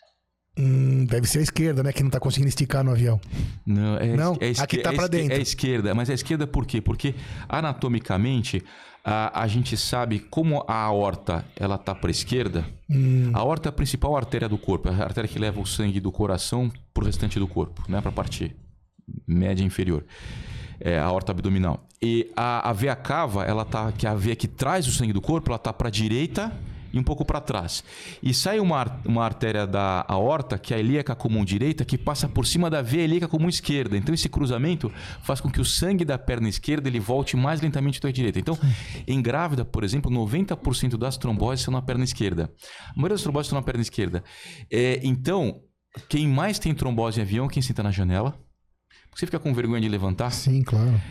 Hum, deve ser a esquerda, né? Que não tá conseguindo esticar no avião. Não, é, não é, é aqui tá é, pra dentro. É a esquerda, mas é a esquerda por quê? Porque anatomicamente a, a gente sabe como a aorta ela tá para a esquerda. Hum. A aorta é a principal artéria do corpo, a artéria que leva o sangue do coração pro restante do corpo, né? Para a parte média e inferior. É a aorta abdominal. E a, a veia cava, ela tá, que é a veia que traz o sangue do corpo, ela tá para a direita e um pouco para trás. E sai uma, uma artéria da aorta, que é a ilíaca comum direita, que passa por cima da veia ilíaca comum esquerda. Então esse cruzamento faz com que o sangue da perna esquerda ele volte mais lentamente do que a direita. Então, em grávida, por exemplo, noventa por cento das tromboses são na perna esquerda. A maioria das tromboses são na perna esquerda. É, então, quem mais tem trombose em avião é quem senta na janela. Você fica com vergonha de levantar? Sim, claro.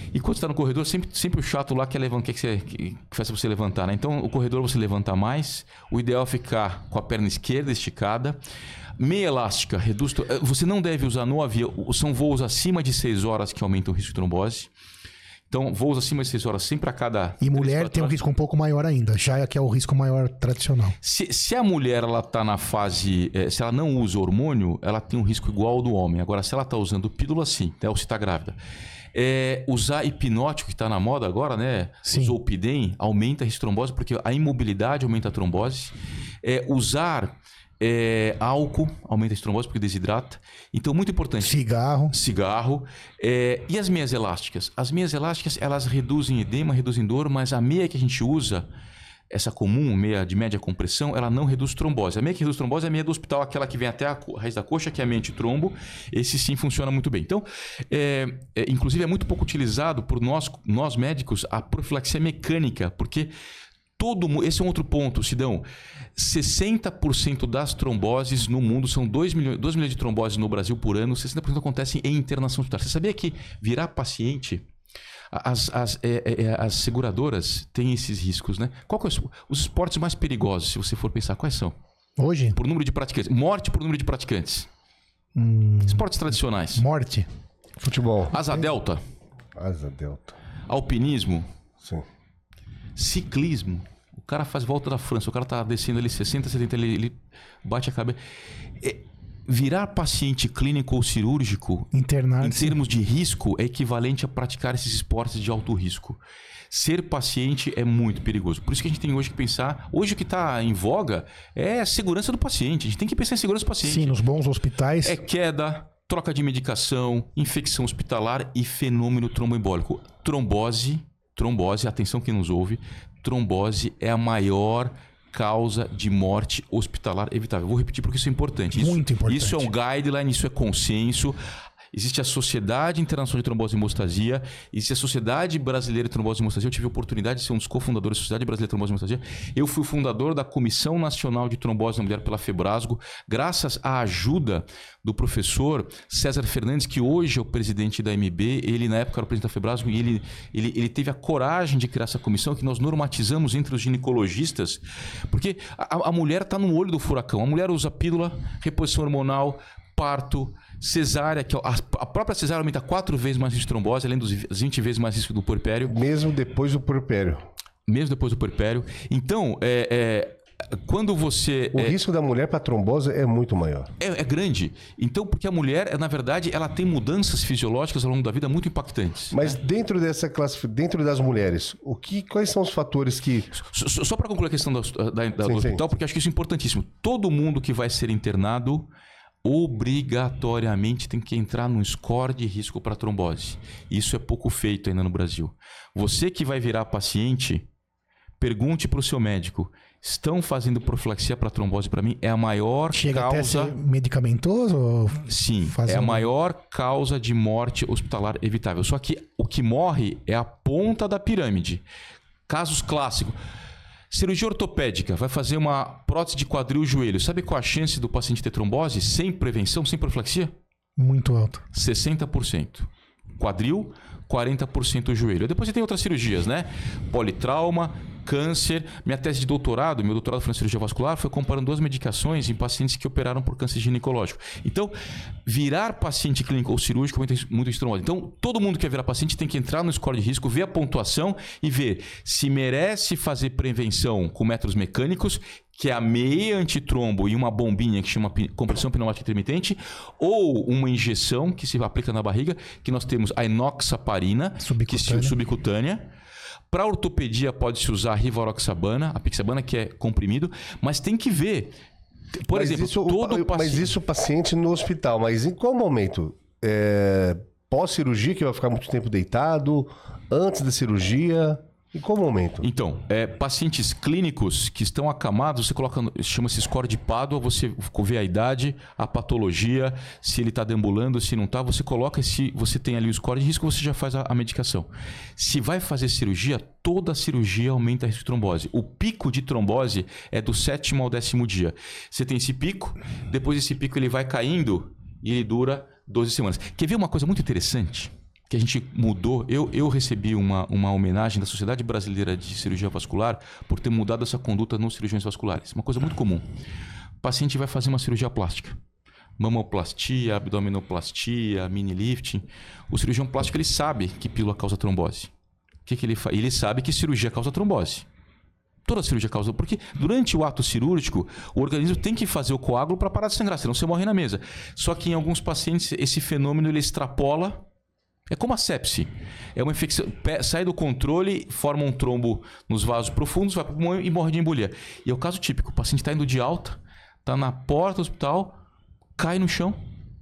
E quando você está no corredor, sempre, sempre o chato lá quer levantar, que, você, que faz você levantar, né? Então, o corredor você levanta mais. O ideal é ficar com a perna esquerda esticada. Meia elástica, reduz... Você não deve usar no avião... São voos acima de seis horas que aumentam o risco de trombose. Então, voos acima de seis horas sempre a cada... E mulher tem um risco um pouco maior ainda. Já é que é o risco maior tradicional. Se, se a mulher ela está na fase... Eh, se ela não usa hormônio, ela tem um risco igual ao do homem. Agora, se ela está usando pílula, sim. Né? Ou se está grávida. É, usar hipnótico, que está na moda agora, né? Sim. O Zolpidem aumenta a risco de trombose, porque a imobilidade aumenta a trombose. É, usar... É, álcool aumenta a trombose porque desidrata. Então, muito importante. Cigarro. Cigarro. É, e as meias elásticas? As meias elásticas, elas reduzem edema, reduzem dor, mas a meia que a gente usa, essa comum, meia de média compressão, ela não reduz trombose. A meia que reduz trombose é a meia do hospital, aquela que vem até a raiz da coxa, que é a meia antitrombo. Esse sim funciona muito bem. Então, é, é, inclusive é muito pouco utilizado por nós, nós médicos a profilaxia mecânica, porque... Todo, esse é um outro ponto, Sidão. sessenta por cento das tromboses no mundo, são dois milhões, dois milhões de tromboses no Brasil por ano, sessenta por cento acontecem em internação hospitalar. Você sabia que virar paciente, as, as, é, é, as seguradoras têm esses riscos, né? Qual que é o, os esportes mais perigosos, se você for pensar, quais são? Hoje? Por número de praticantes. Morte por número de praticantes. Hum, esportes tradicionais. Morte. Futebol. Asa delta. Asa delta. Alpinismo. Sim. Ciclismo. O cara faz volta da França, o cara tá descendo ali sessenta, setenta, ele, ele bate a cabeça. É, virar paciente clínico ou cirúrgico, Internar em termos de risco, é equivalente a praticar esses esportes de alto risco. Ser paciente é muito perigoso. Por isso que a gente tem hoje que pensar... Hoje o que está em voga é a segurança do paciente. A gente tem que pensar em segurança do paciente. Sim, nos bons hospitais. É queda, troca de medicação, infecção hospitalar e fenômeno tromboembólico. Trombose... Trombose, atenção quem nos ouve, trombose é a maior causa de morte hospitalar evitável. Vou repetir porque isso é importante. Isso, Muito importante. Isso é um guideline, isso é consenso. Existe a Sociedade Internacional de Trombose e Hemostasia, existe a Sociedade Brasileira de Trombose e Hemostasia. Eu tive a oportunidade de ser um dos cofundadores da Sociedade Brasileira de Trombose e Hemostasia. Eu fui o fundador da Comissão Nacional de Trombose na Mulher pela Febrasgo, graças à ajuda do professor César Fernandes, que hoje é o presidente da M B. Ele, na época, era o presidente da Febrasgo e ele, ele, ele teve a coragem de criar essa comissão que nós normatizamos entre os ginecologistas, porque a, a mulher está no olho do furacão. A mulher usa pílula, reposição hormonal, parto, cesárea, que a, a própria cesárea aumenta quatro vezes mais risco de trombose, além dos vinte vezes mais risco do puerpério. Mesmo depois do puerpério. Mesmo depois do puerpério. Então, é, é, quando você... O é, risco da mulher para trombose é muito maior. É, é grande. Então, porque a mulher, na verdade, ela tem mudanças fisiológicas ao longo da vida muito impactantes. Mas dentro dessa classe, dentro das mulheres, o que, quais são os fatores que... Só, só para concluir a questão da, da, da, sim, do hospital, sim. porque acho que isso é importantíssimo. Todo mundo que vai ser internado... obrigatoriamente tem que entrar num score de risco para trombose. Isso é pouco feito ainda no Brasil. Você que vai virar paciente, pergunte para o seu médico: estão fazendo profilaxia para trombose para mim? É a maior Chega causa... até ser medicamentoso? Ou Sim, faz é a um... maior causa de morte hospitalar evitável. Só que o que morre é a ponta da pirâmide. Casos clássicos. Cirurgia ortopédica, vai fazer uma prótese de quadril e joelho. Sabe qual a chance do paciente ter trombose sem prevenção, sem profilaxia? Muito alto. sessenta por cento. Quadril, quarenta por cento joelho. Depois você tem outras cirurgias, né? Politrauma, câncer. Minha tese de doutorado, meu doutorado foi na cirurgia vascular, foi comparando duas medicações em pacientes que operaram por câncer ginecológico. Então, virar paciente clínico ou cirúrgico aumenta muito a trombose. Então, todo mundo que quer virar paciente tem que entrar no score de risco, ver a pontuação e ver se merece fazer prevenção com métodos mecânicos, que é a meia antitrombo e uma bombinha que chama compressão pneumática intermitente, ou uma injeção que se aplica na barriga, que nós temos a enoxaparina, subcutânea. que é subcutânea. Para ortopedia pode-se usar a rivaroxabana, a pixabana, que é comprimido, mas tem que ver. Por mas exemplo, isso, todo o, paciente... Mas isso o paciente no hospital, mas em qual momento? É, pós-cirurgia, que vai ficar muito tempo deitado? Antes da cirurgia? Em qual momento? Então, é, pacientes clínicos que estão acamados, você coloca, chama-se score de Pádua, você vê a idade, a patologia, se ele está deambulando, se não está, você coloca, se você tem ali o score de risco, você já faz a, a medicação. Se vai fazer cirurgia, toda a cirurgia aumenta o risco de trombose. O pico de trombose é do sétimo ao décimo dia. Você tem esse pico, depois esse pico ele vai caindo e ele dura doze semanas. Quer ver uma coisa muito interessante? que a gente mudou. Eu, eu recebi uma, uma homenagem da Sociedade Brasileira de Cirurgia Vascular por ter mudado essa conduta nos cirurgiões vasculares. Uma coisa muito comum. O paciente vai fazer uma cirurgia plástica. Mamoplastia, abdominoplastia, mini lifting. O cirurgião plástico ele sabe que pílula causa trombose. O que, que ele faz? Ele sabe que cirurgia causa trombose. Toda cirurgia causa... Porque durante o ato cirúrgico, o organismo tem que fazer o coágulo para parar de sangrar, senão você morre na mesa. Só que em alguns pacientes, esse fenômeno ele extrapola. É como a sepse. É uma infecção... Sai do controle, forma um trombo nos vasos profundos, vai para o pulmão e morre de embolia. E é o caso típico. O paciente está indo de alta, está na porta do hospital... Cai no chão,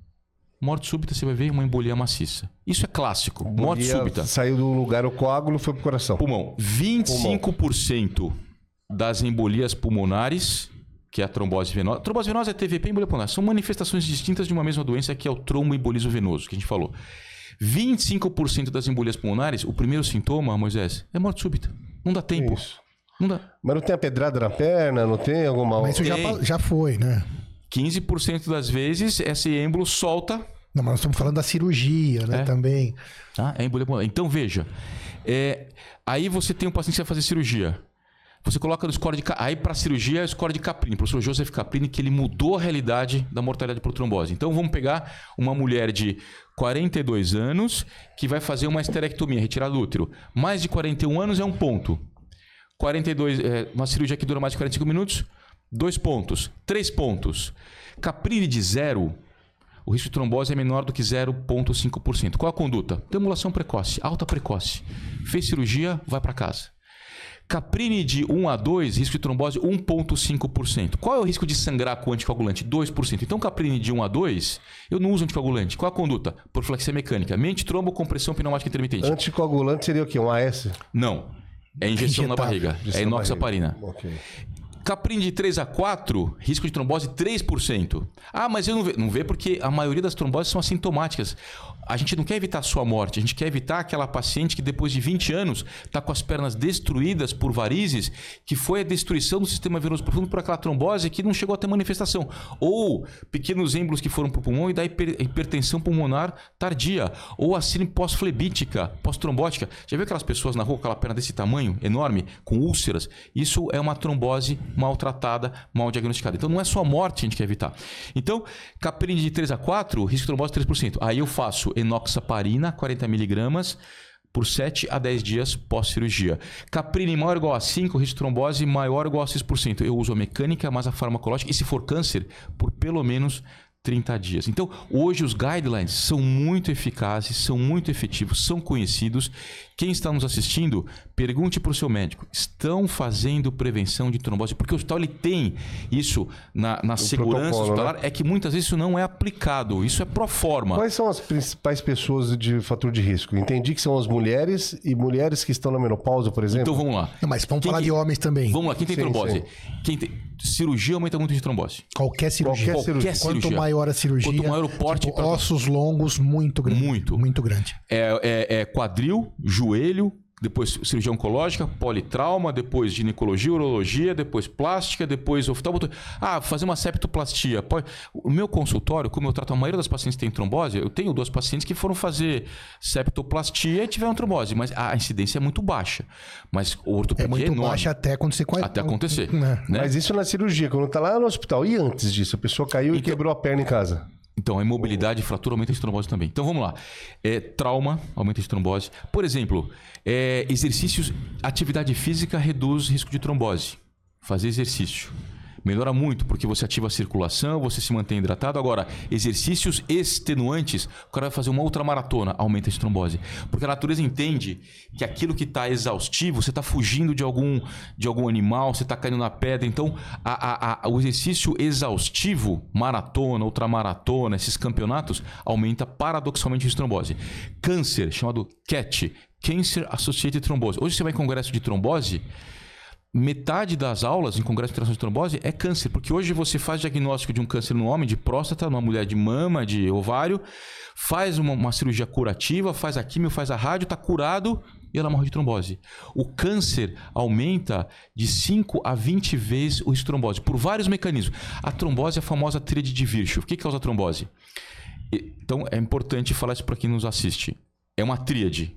morte súbita, você vai ver uma embolia maciça. Isso é clássico, embolia, morte súbita. Saiu do lugar o coágulo, foi pro coração. Pulmão. vinte e cinco por cento Pulmão. Das embolias pulmonares, que é a trombose venosa. Trombose venosa é T V P e embolia pulmonar. São manifestações distintas de uma mesma doença, que é o tromboembolismo venoso, que a gente falou. vinte e cinco por cento das embolias pulmonares, o primeiro sintoma, Moisés, é morte súbita. Não dá tempo. Isso. Não dá. Mas não tem a pedrada na perna, não tem alguma... Mas isso já, já foi, né? quinze por cento das vezes, esse êmbolo solta... Não, mas nós estamos falando da cirurgia, né? É. Também. Ah, é embolia pulmonar. Então, veja. É, aí você tem um paciente que vai fazer cirurgia. Você coloca no score de... Aí, para cirurgia, é o score de Caprini. O professor Joseph Caprini, que ele mudou a realidade da mortalidade por trombose. Então, vamos pegar uma mulher de quarenta e dois anos que vai fazer uma esterectomia, retirada do útero. Mais de quarenta e um anos é um ponto. quarenta e dois, é, uma cirurgia que dura mais de quarenta e cinco minutos... Dois pontos. Três pontos. Caprini de zero, o risco de trombose é menor do que zero vírgula cinco por cento. Qual a conduta? Demulação precoce, alta precoce. Fez cirurgia, vai para casa. Caprini de um a dois, risco de trombose um vírgula cinco por cento. Qual é o risco de sangrar com anticoagulante? dois por cento. Então, Caprini de um a dois, eu não uso anticoagulante. Qual a conduta? Profilaxia mecânica. Mente, trombo, compressão pneumática intermitente. Anticoagulante seria o quê? Um A S? Não. É injeção na barriga. É inoxaparina. Ok. Caprini de três a quatro, risco de trombose três por cento. Ah, mas eu não vejo. Não vê porque a maioria das tromboses são assintomáticas. A gente não quer evitar a sua morte, a gente quer evitar aquela paciente que depois de vinte anos está com as pernas destruídas por varizes, que foi a destruição do sistema venoso profundo por aquela trombose que não chegou a ter manifestação. Ou pequenos êmbolos que foram para o pulmão e da hiper, hipertensão pulmonar tardia. Ou a síndrome pós-flebítica, pós-trombótica. Já viu aquelas pessoas na rua com aquela perna desse tamanho, enorme, com úlceras? Isso é uma trombose maltratada, mal diagnosticada. Então não é só a morte que a gente quer evitar. Então, Caprini de três a quatro, risco de trombose três por cento. Aí eu faço enoxaparina, quarenta miligramas, por sete a dez dias pós-cirurgia. Caprini maior ou igual a cinco, risco de trombose maior ou igual a seis por cento. Eu uso a mecânica, mas a farmacológica, e se for câncer, por pelo menos trinta dias. Então, hoje os guidelines são muito eficazes, são muito efetivos, são conhecidos. Quem está nos assistindo, pergunte para o seu médico. Estão fazendo prevenção de trombose? Porque o hospital ele tem isso na, na segurança hospitalar, né? É que muitas vezes isso não é aplicado. Isso é pro forma. Quais são as principais pessoas de fator de risco? Entendi que são as mulheres e mulheres que estão na menopausa, por exemplo. Então vamos lá. Não, mas vamos quem falar que... de homens também. Vamos lá. Quem tem sim, trombose? Sim. Quem tem... Cirurgia aumenta muito de trombose. Qualquer cirurgia. Qualquer cirurgia. Quanto cirurgia. maior a cirurgia, Quanto maior o porte... tipo, pra... ossos longos, muito grande. Muito. Muito grande. É, é, é quadril, joelho, depois cirurgia oncológica, politrauma, depois ginecologia, urologia, depois plástica, depois oftalmo. Ah, fazer uma septoplastia. Pode... O meu consultório, como eu trato a maioria das pacientes que têm trombose, eu tenho duas pacientes que foram fazer septoplastia e tiveram trombose, mas a incidência é muito baixa. Mas o ortopedia é muito é enorme. baixa até acontecer com a... Até acontecer. Né? Né? Mas isso na cirurgia, quando tá lá no hospital. E antes disso? A pessoa caiu então... e quebrou a perna em casa. Então, a imobilidade e fratura aumenta de trombose também. Então, vamos lá. É, trauma aumenta de trombose. Por exemplo, é, exercícios, atividade física reduz risco de trombose. Fazer exercício. Melhora muito, porque você ativa a circulação, você se mantém hidratado. Agora, exercícios extenuantes, o cara vai fazer uma ultramaratona, aumenta a trombose. Porque a natureza entende que aquilo que está exaustivo, você está fugindo de algum, de algum animal, você está caindo na pedra. Então, a, a, a, o exercício exaustivo, maratona, ultramaratona, esses campeonatos, aumenta paradoxalmente a trombose. Câncer, chamado C A T, Cancer Associated Thrombose. Hoje você vai em congresso de trombose, metade das aulas em congresso de tração de trombose é câncer, porque hoje você faz diagnóstico de um câncer no homem, de próstata, numa mulher de mama, de ovário, faz uma, uma cirurgia curativa, faz a quimio, faz a rádio, está curado e ela morre de trombose. O câncer aumenta de cinco a vinte vezes o risco de trombose, por vários mecanismos. A trombose é a famosa tríade de Virchow. O que causa a trombose? Então é importante falar isso para quem nos assiste. é uma tríade.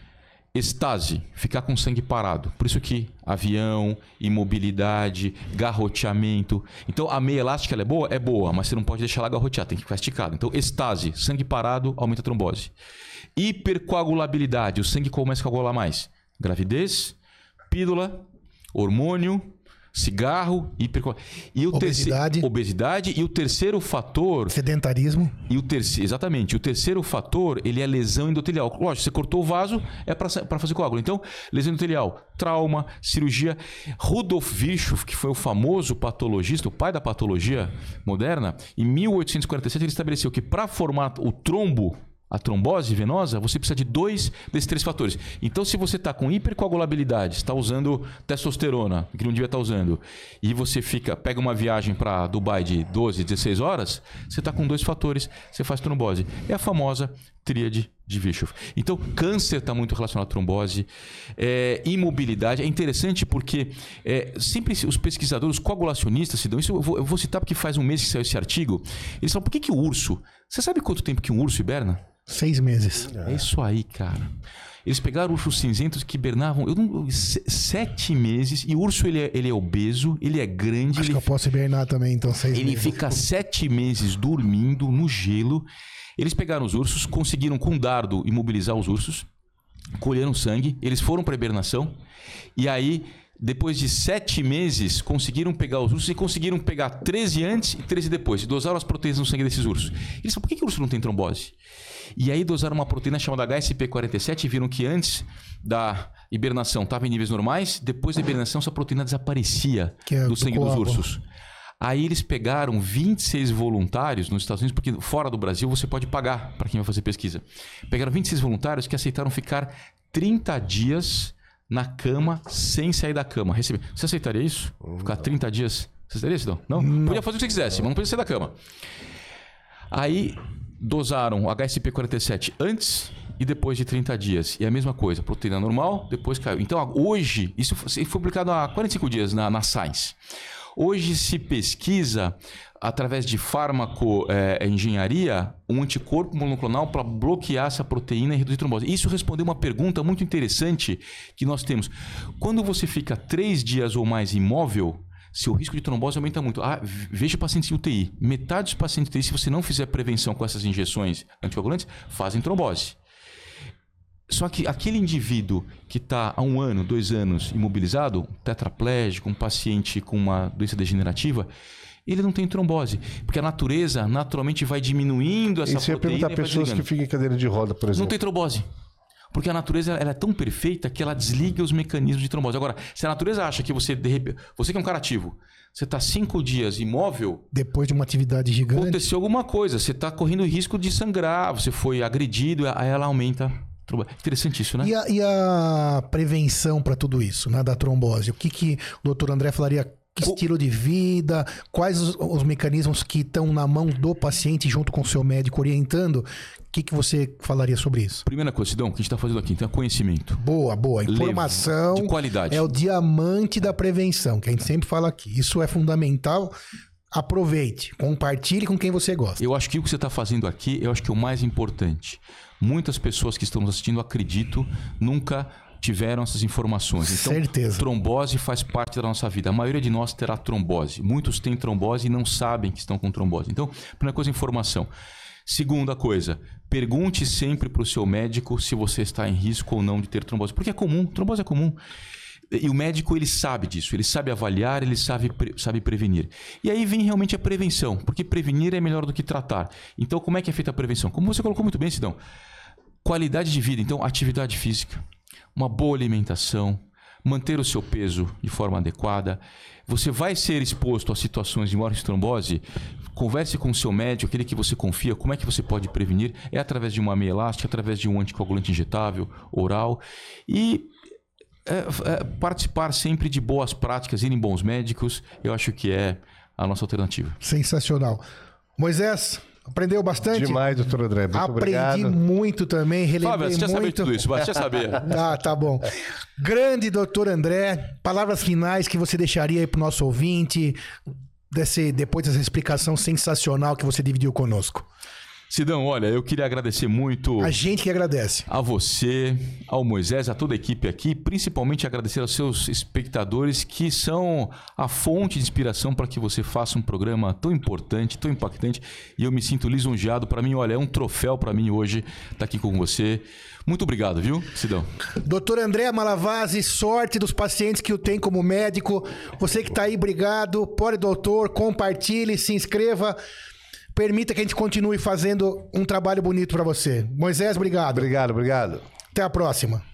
Estase, ficar com sangue parado. Por isso que avião, imobilidade, garroteamento. Então, a meia elástica ela é boa? É boa, mas você não pode deixar ela garrotear, tem que ficar esticado. Então, estase, sangue parado, aumenta a trombose. Hipercoagulabilidade, o sangue começa a coagular mais. Gravidez, pílula, hormônio, cigarro, hiperco... e o obesidade. Terceiro, obesidade. E o terceiro fator... Sedentarismo. E o terceiro, exatamente. O terceiro fator, ele é lesão endotelial. Lógico, você cortou o vaso, é para fazer coágulo. Então, lesão endotelial, trauma, cirurgia. Rudolf Virchow, que foi o famoso patologista, o pai da patologia moderna, em mil oitocentos e quarenta e sete ele estabeleceu que para formar o trombo, a trombose venosa, você precisa de dois desses três fatores. Então, se você está com hipercoagulabilidade, está usando testosterona, que não devia estar usando, e você fica, pega uma viagem para Dubai de doze, dezesseis horas, você está com dois fatores, você faz trombose. É a famosa tríade de Virchow. Então, câncer está muito relacionado à trombose, é, imobilidade. É interessante porque é, sempre os pesquisadores, os coagulacionistas se dão isso. Eu vou, eu vou citar porque faz um mês que saiu esse artigo. Eles falam, por que, que o urso... Você sabe quanto tempo que um urso hiberna? Seis meses. É isso aí, cara. Eles pegaram ursos cinzentos que hibernavam eu não, sete meses. E o urso, ele é, ele é obeso, ele é grande. Acho ele, que eu posso hibernar também, então, seis ele meses. Ele fica sete meses dormindo no gelo. Eles pegaram os ursos, conseguiram com um dardo imobilizar os ursos, colheram sangue, eles foram para hibernação. E aí, depois de sete meses, conseguiram pegar os ursos e conseguiram pegar treze antes e treze depois. E dosaram as proteínas no sangue desses ursos. Eles falaram, por que, que o urso não tem trombose? E aí dosaram uma proteína chamada H S P quarenta e sete e viram que antes da hibernação estava em níveis normais, depois da hibernação essa proteína desaparecia é do sangue dos ursos. Aí eles pegaram vinte e seis voluntários nos Estados Unidos, porque fora do Brasil você pode pagar para quem vai fazer pesquisa. Pegaram vinte e seis voluntários que aceitaram ficar trinta dias na cama sem sair da cama. Receber. Você aceitaria isso? Ficar trinta dias? Você aceitaria isso? Não? não? Podia fazer o que você quisesse, mas não podia sair da cama. Aí dosaram o H S P quarenta e sete antes e depois de trinta dias. E a mesma coisa, proteína normal, depois caiu. Então, hoje, isso foi publicado há quarenta e cinco dias na, na Science. Hoje se pesquisa, através de fármaco é, engenharia, um anticorpo monoclonal para bloquear essa proteína e reduzir trombose. Isso respondeu uma pergunta muito interessante que nós temos. Quando você fica três dias ou mais imóvel, seu risco de trombose aumenta muito. Ah, veja pacientes em U T I. Metade dos pacientes em U T I, se você não fizer prevenção com essas injeções anticoagulantes, fazem trombose. Só que aquele indivíduo que está há um ano, dois anos imobilizado, tetraplégico, um paciente com uma doença degenerativa, ele não tem trombose. Porque a natureza naturalmente vai diminuindo essa proteína. Isso ia perguntar a pessoas que ficam em cadeira de roda, por exemplo. Não tem trombose. Porque a natureza ela é tão perfeita que ela desliga os mecanismos de trombose. Agora, se a natureza acha que você, de repente, você que é um cara ativo, você está cinco dias imóvel... Depois de uma atividade gigante... Aconteceu alguma coisa. Você está correndo risco de sangrar, você foi agredido, aí ela aumenta... Interessante isso, né? E a, e a prevenção para tudo isso, né? Da trombose? O que, que o doutor André falaria? Que estilo de vida? Quais os, os mecanismos que estão na mão do paciente junto com o seu médico orientando? O que, que você falaria sobre isso? Primeira coisa, Sidão, o que a gente está fazendo aqui, então é conhecimento. Boa, boa. Informação de qualidade. É o diamante da prevenção, que a gente sempre fala aqui. Isso é fundamental. Aproveite, compartilhe com quem você gosta. Eu acho que o que você está fazendo aqui, eu acho que é o mais importante. Muitas pessoas que estão nos assistindo, acredito, nunca tiveram essas informações. Então, certeza. Trombose faz parte da nossa vida. A maioria de nós terá trombose. Muitos têm trombose e não sabem que estão com trombose. Então, primeira coisa, informação. Segunda coisa, pergunte sempre para o seu médico se você está em risco ou não de ter trombose. Porque é comum, trombose é comum. E o médico, ele sabe disso, ele sabe avaliar, ele sabe, sabe prevenir. E aí vem realmente a prevenção, porque prevenir é melhor do que tratar. Então, como é que é feita a prevenção? Como você colocou muito bem, Sidão, qualidade de vida, então atividade física, uma boa alimentação, manter o seu peso de forma adequada. Você vai ser exposto a situações de maior trombose, converse com o seu médico, aquele que você confia, como é que você pode prevenir? É através de uma meia elástica, através de um anticoagulante injetável, oral e... É, é, participar sempre de boas práticas, ir em bons médicos, eu acho que é a nossa alternativa. Sensacional. Moisés, aprendeu bastante? Demais, doutor André. Muito Aprendi obrigado. muito também, relembrei Fábio, você já muito. sabia tudo isso, mas já saber. Ah, tá bom. Grande doutor André, palavras finais que você deixaria aí pro nosso ouvinte, desse, depois dessa explicação sensacional que você dividiu conosco. Sidão, olha, eu queria agradecer muito... A gente que agradece. A você, ao Moisés, a toda a equipe aqui, principalmente agradecer aos seus espectadores que são a fonte de inspiração para que você faça um programa tão importante, tão impactante, e eu me sinto lisonjeado. Para mim, olha, é um troféu para mim hoje estar aqui com você. Muito obrigado, viu, Sidão? Doutor André Malavasi, sorte dos pacientes que o tem como médico. Você que está aí, obrigado. Pode, doutor, compartilhe, se inscreva. Permita que a gente continue fazendo um trabalho bonito para você. Moisés, obrigado. Obrigado, obrigado. Até a próxima.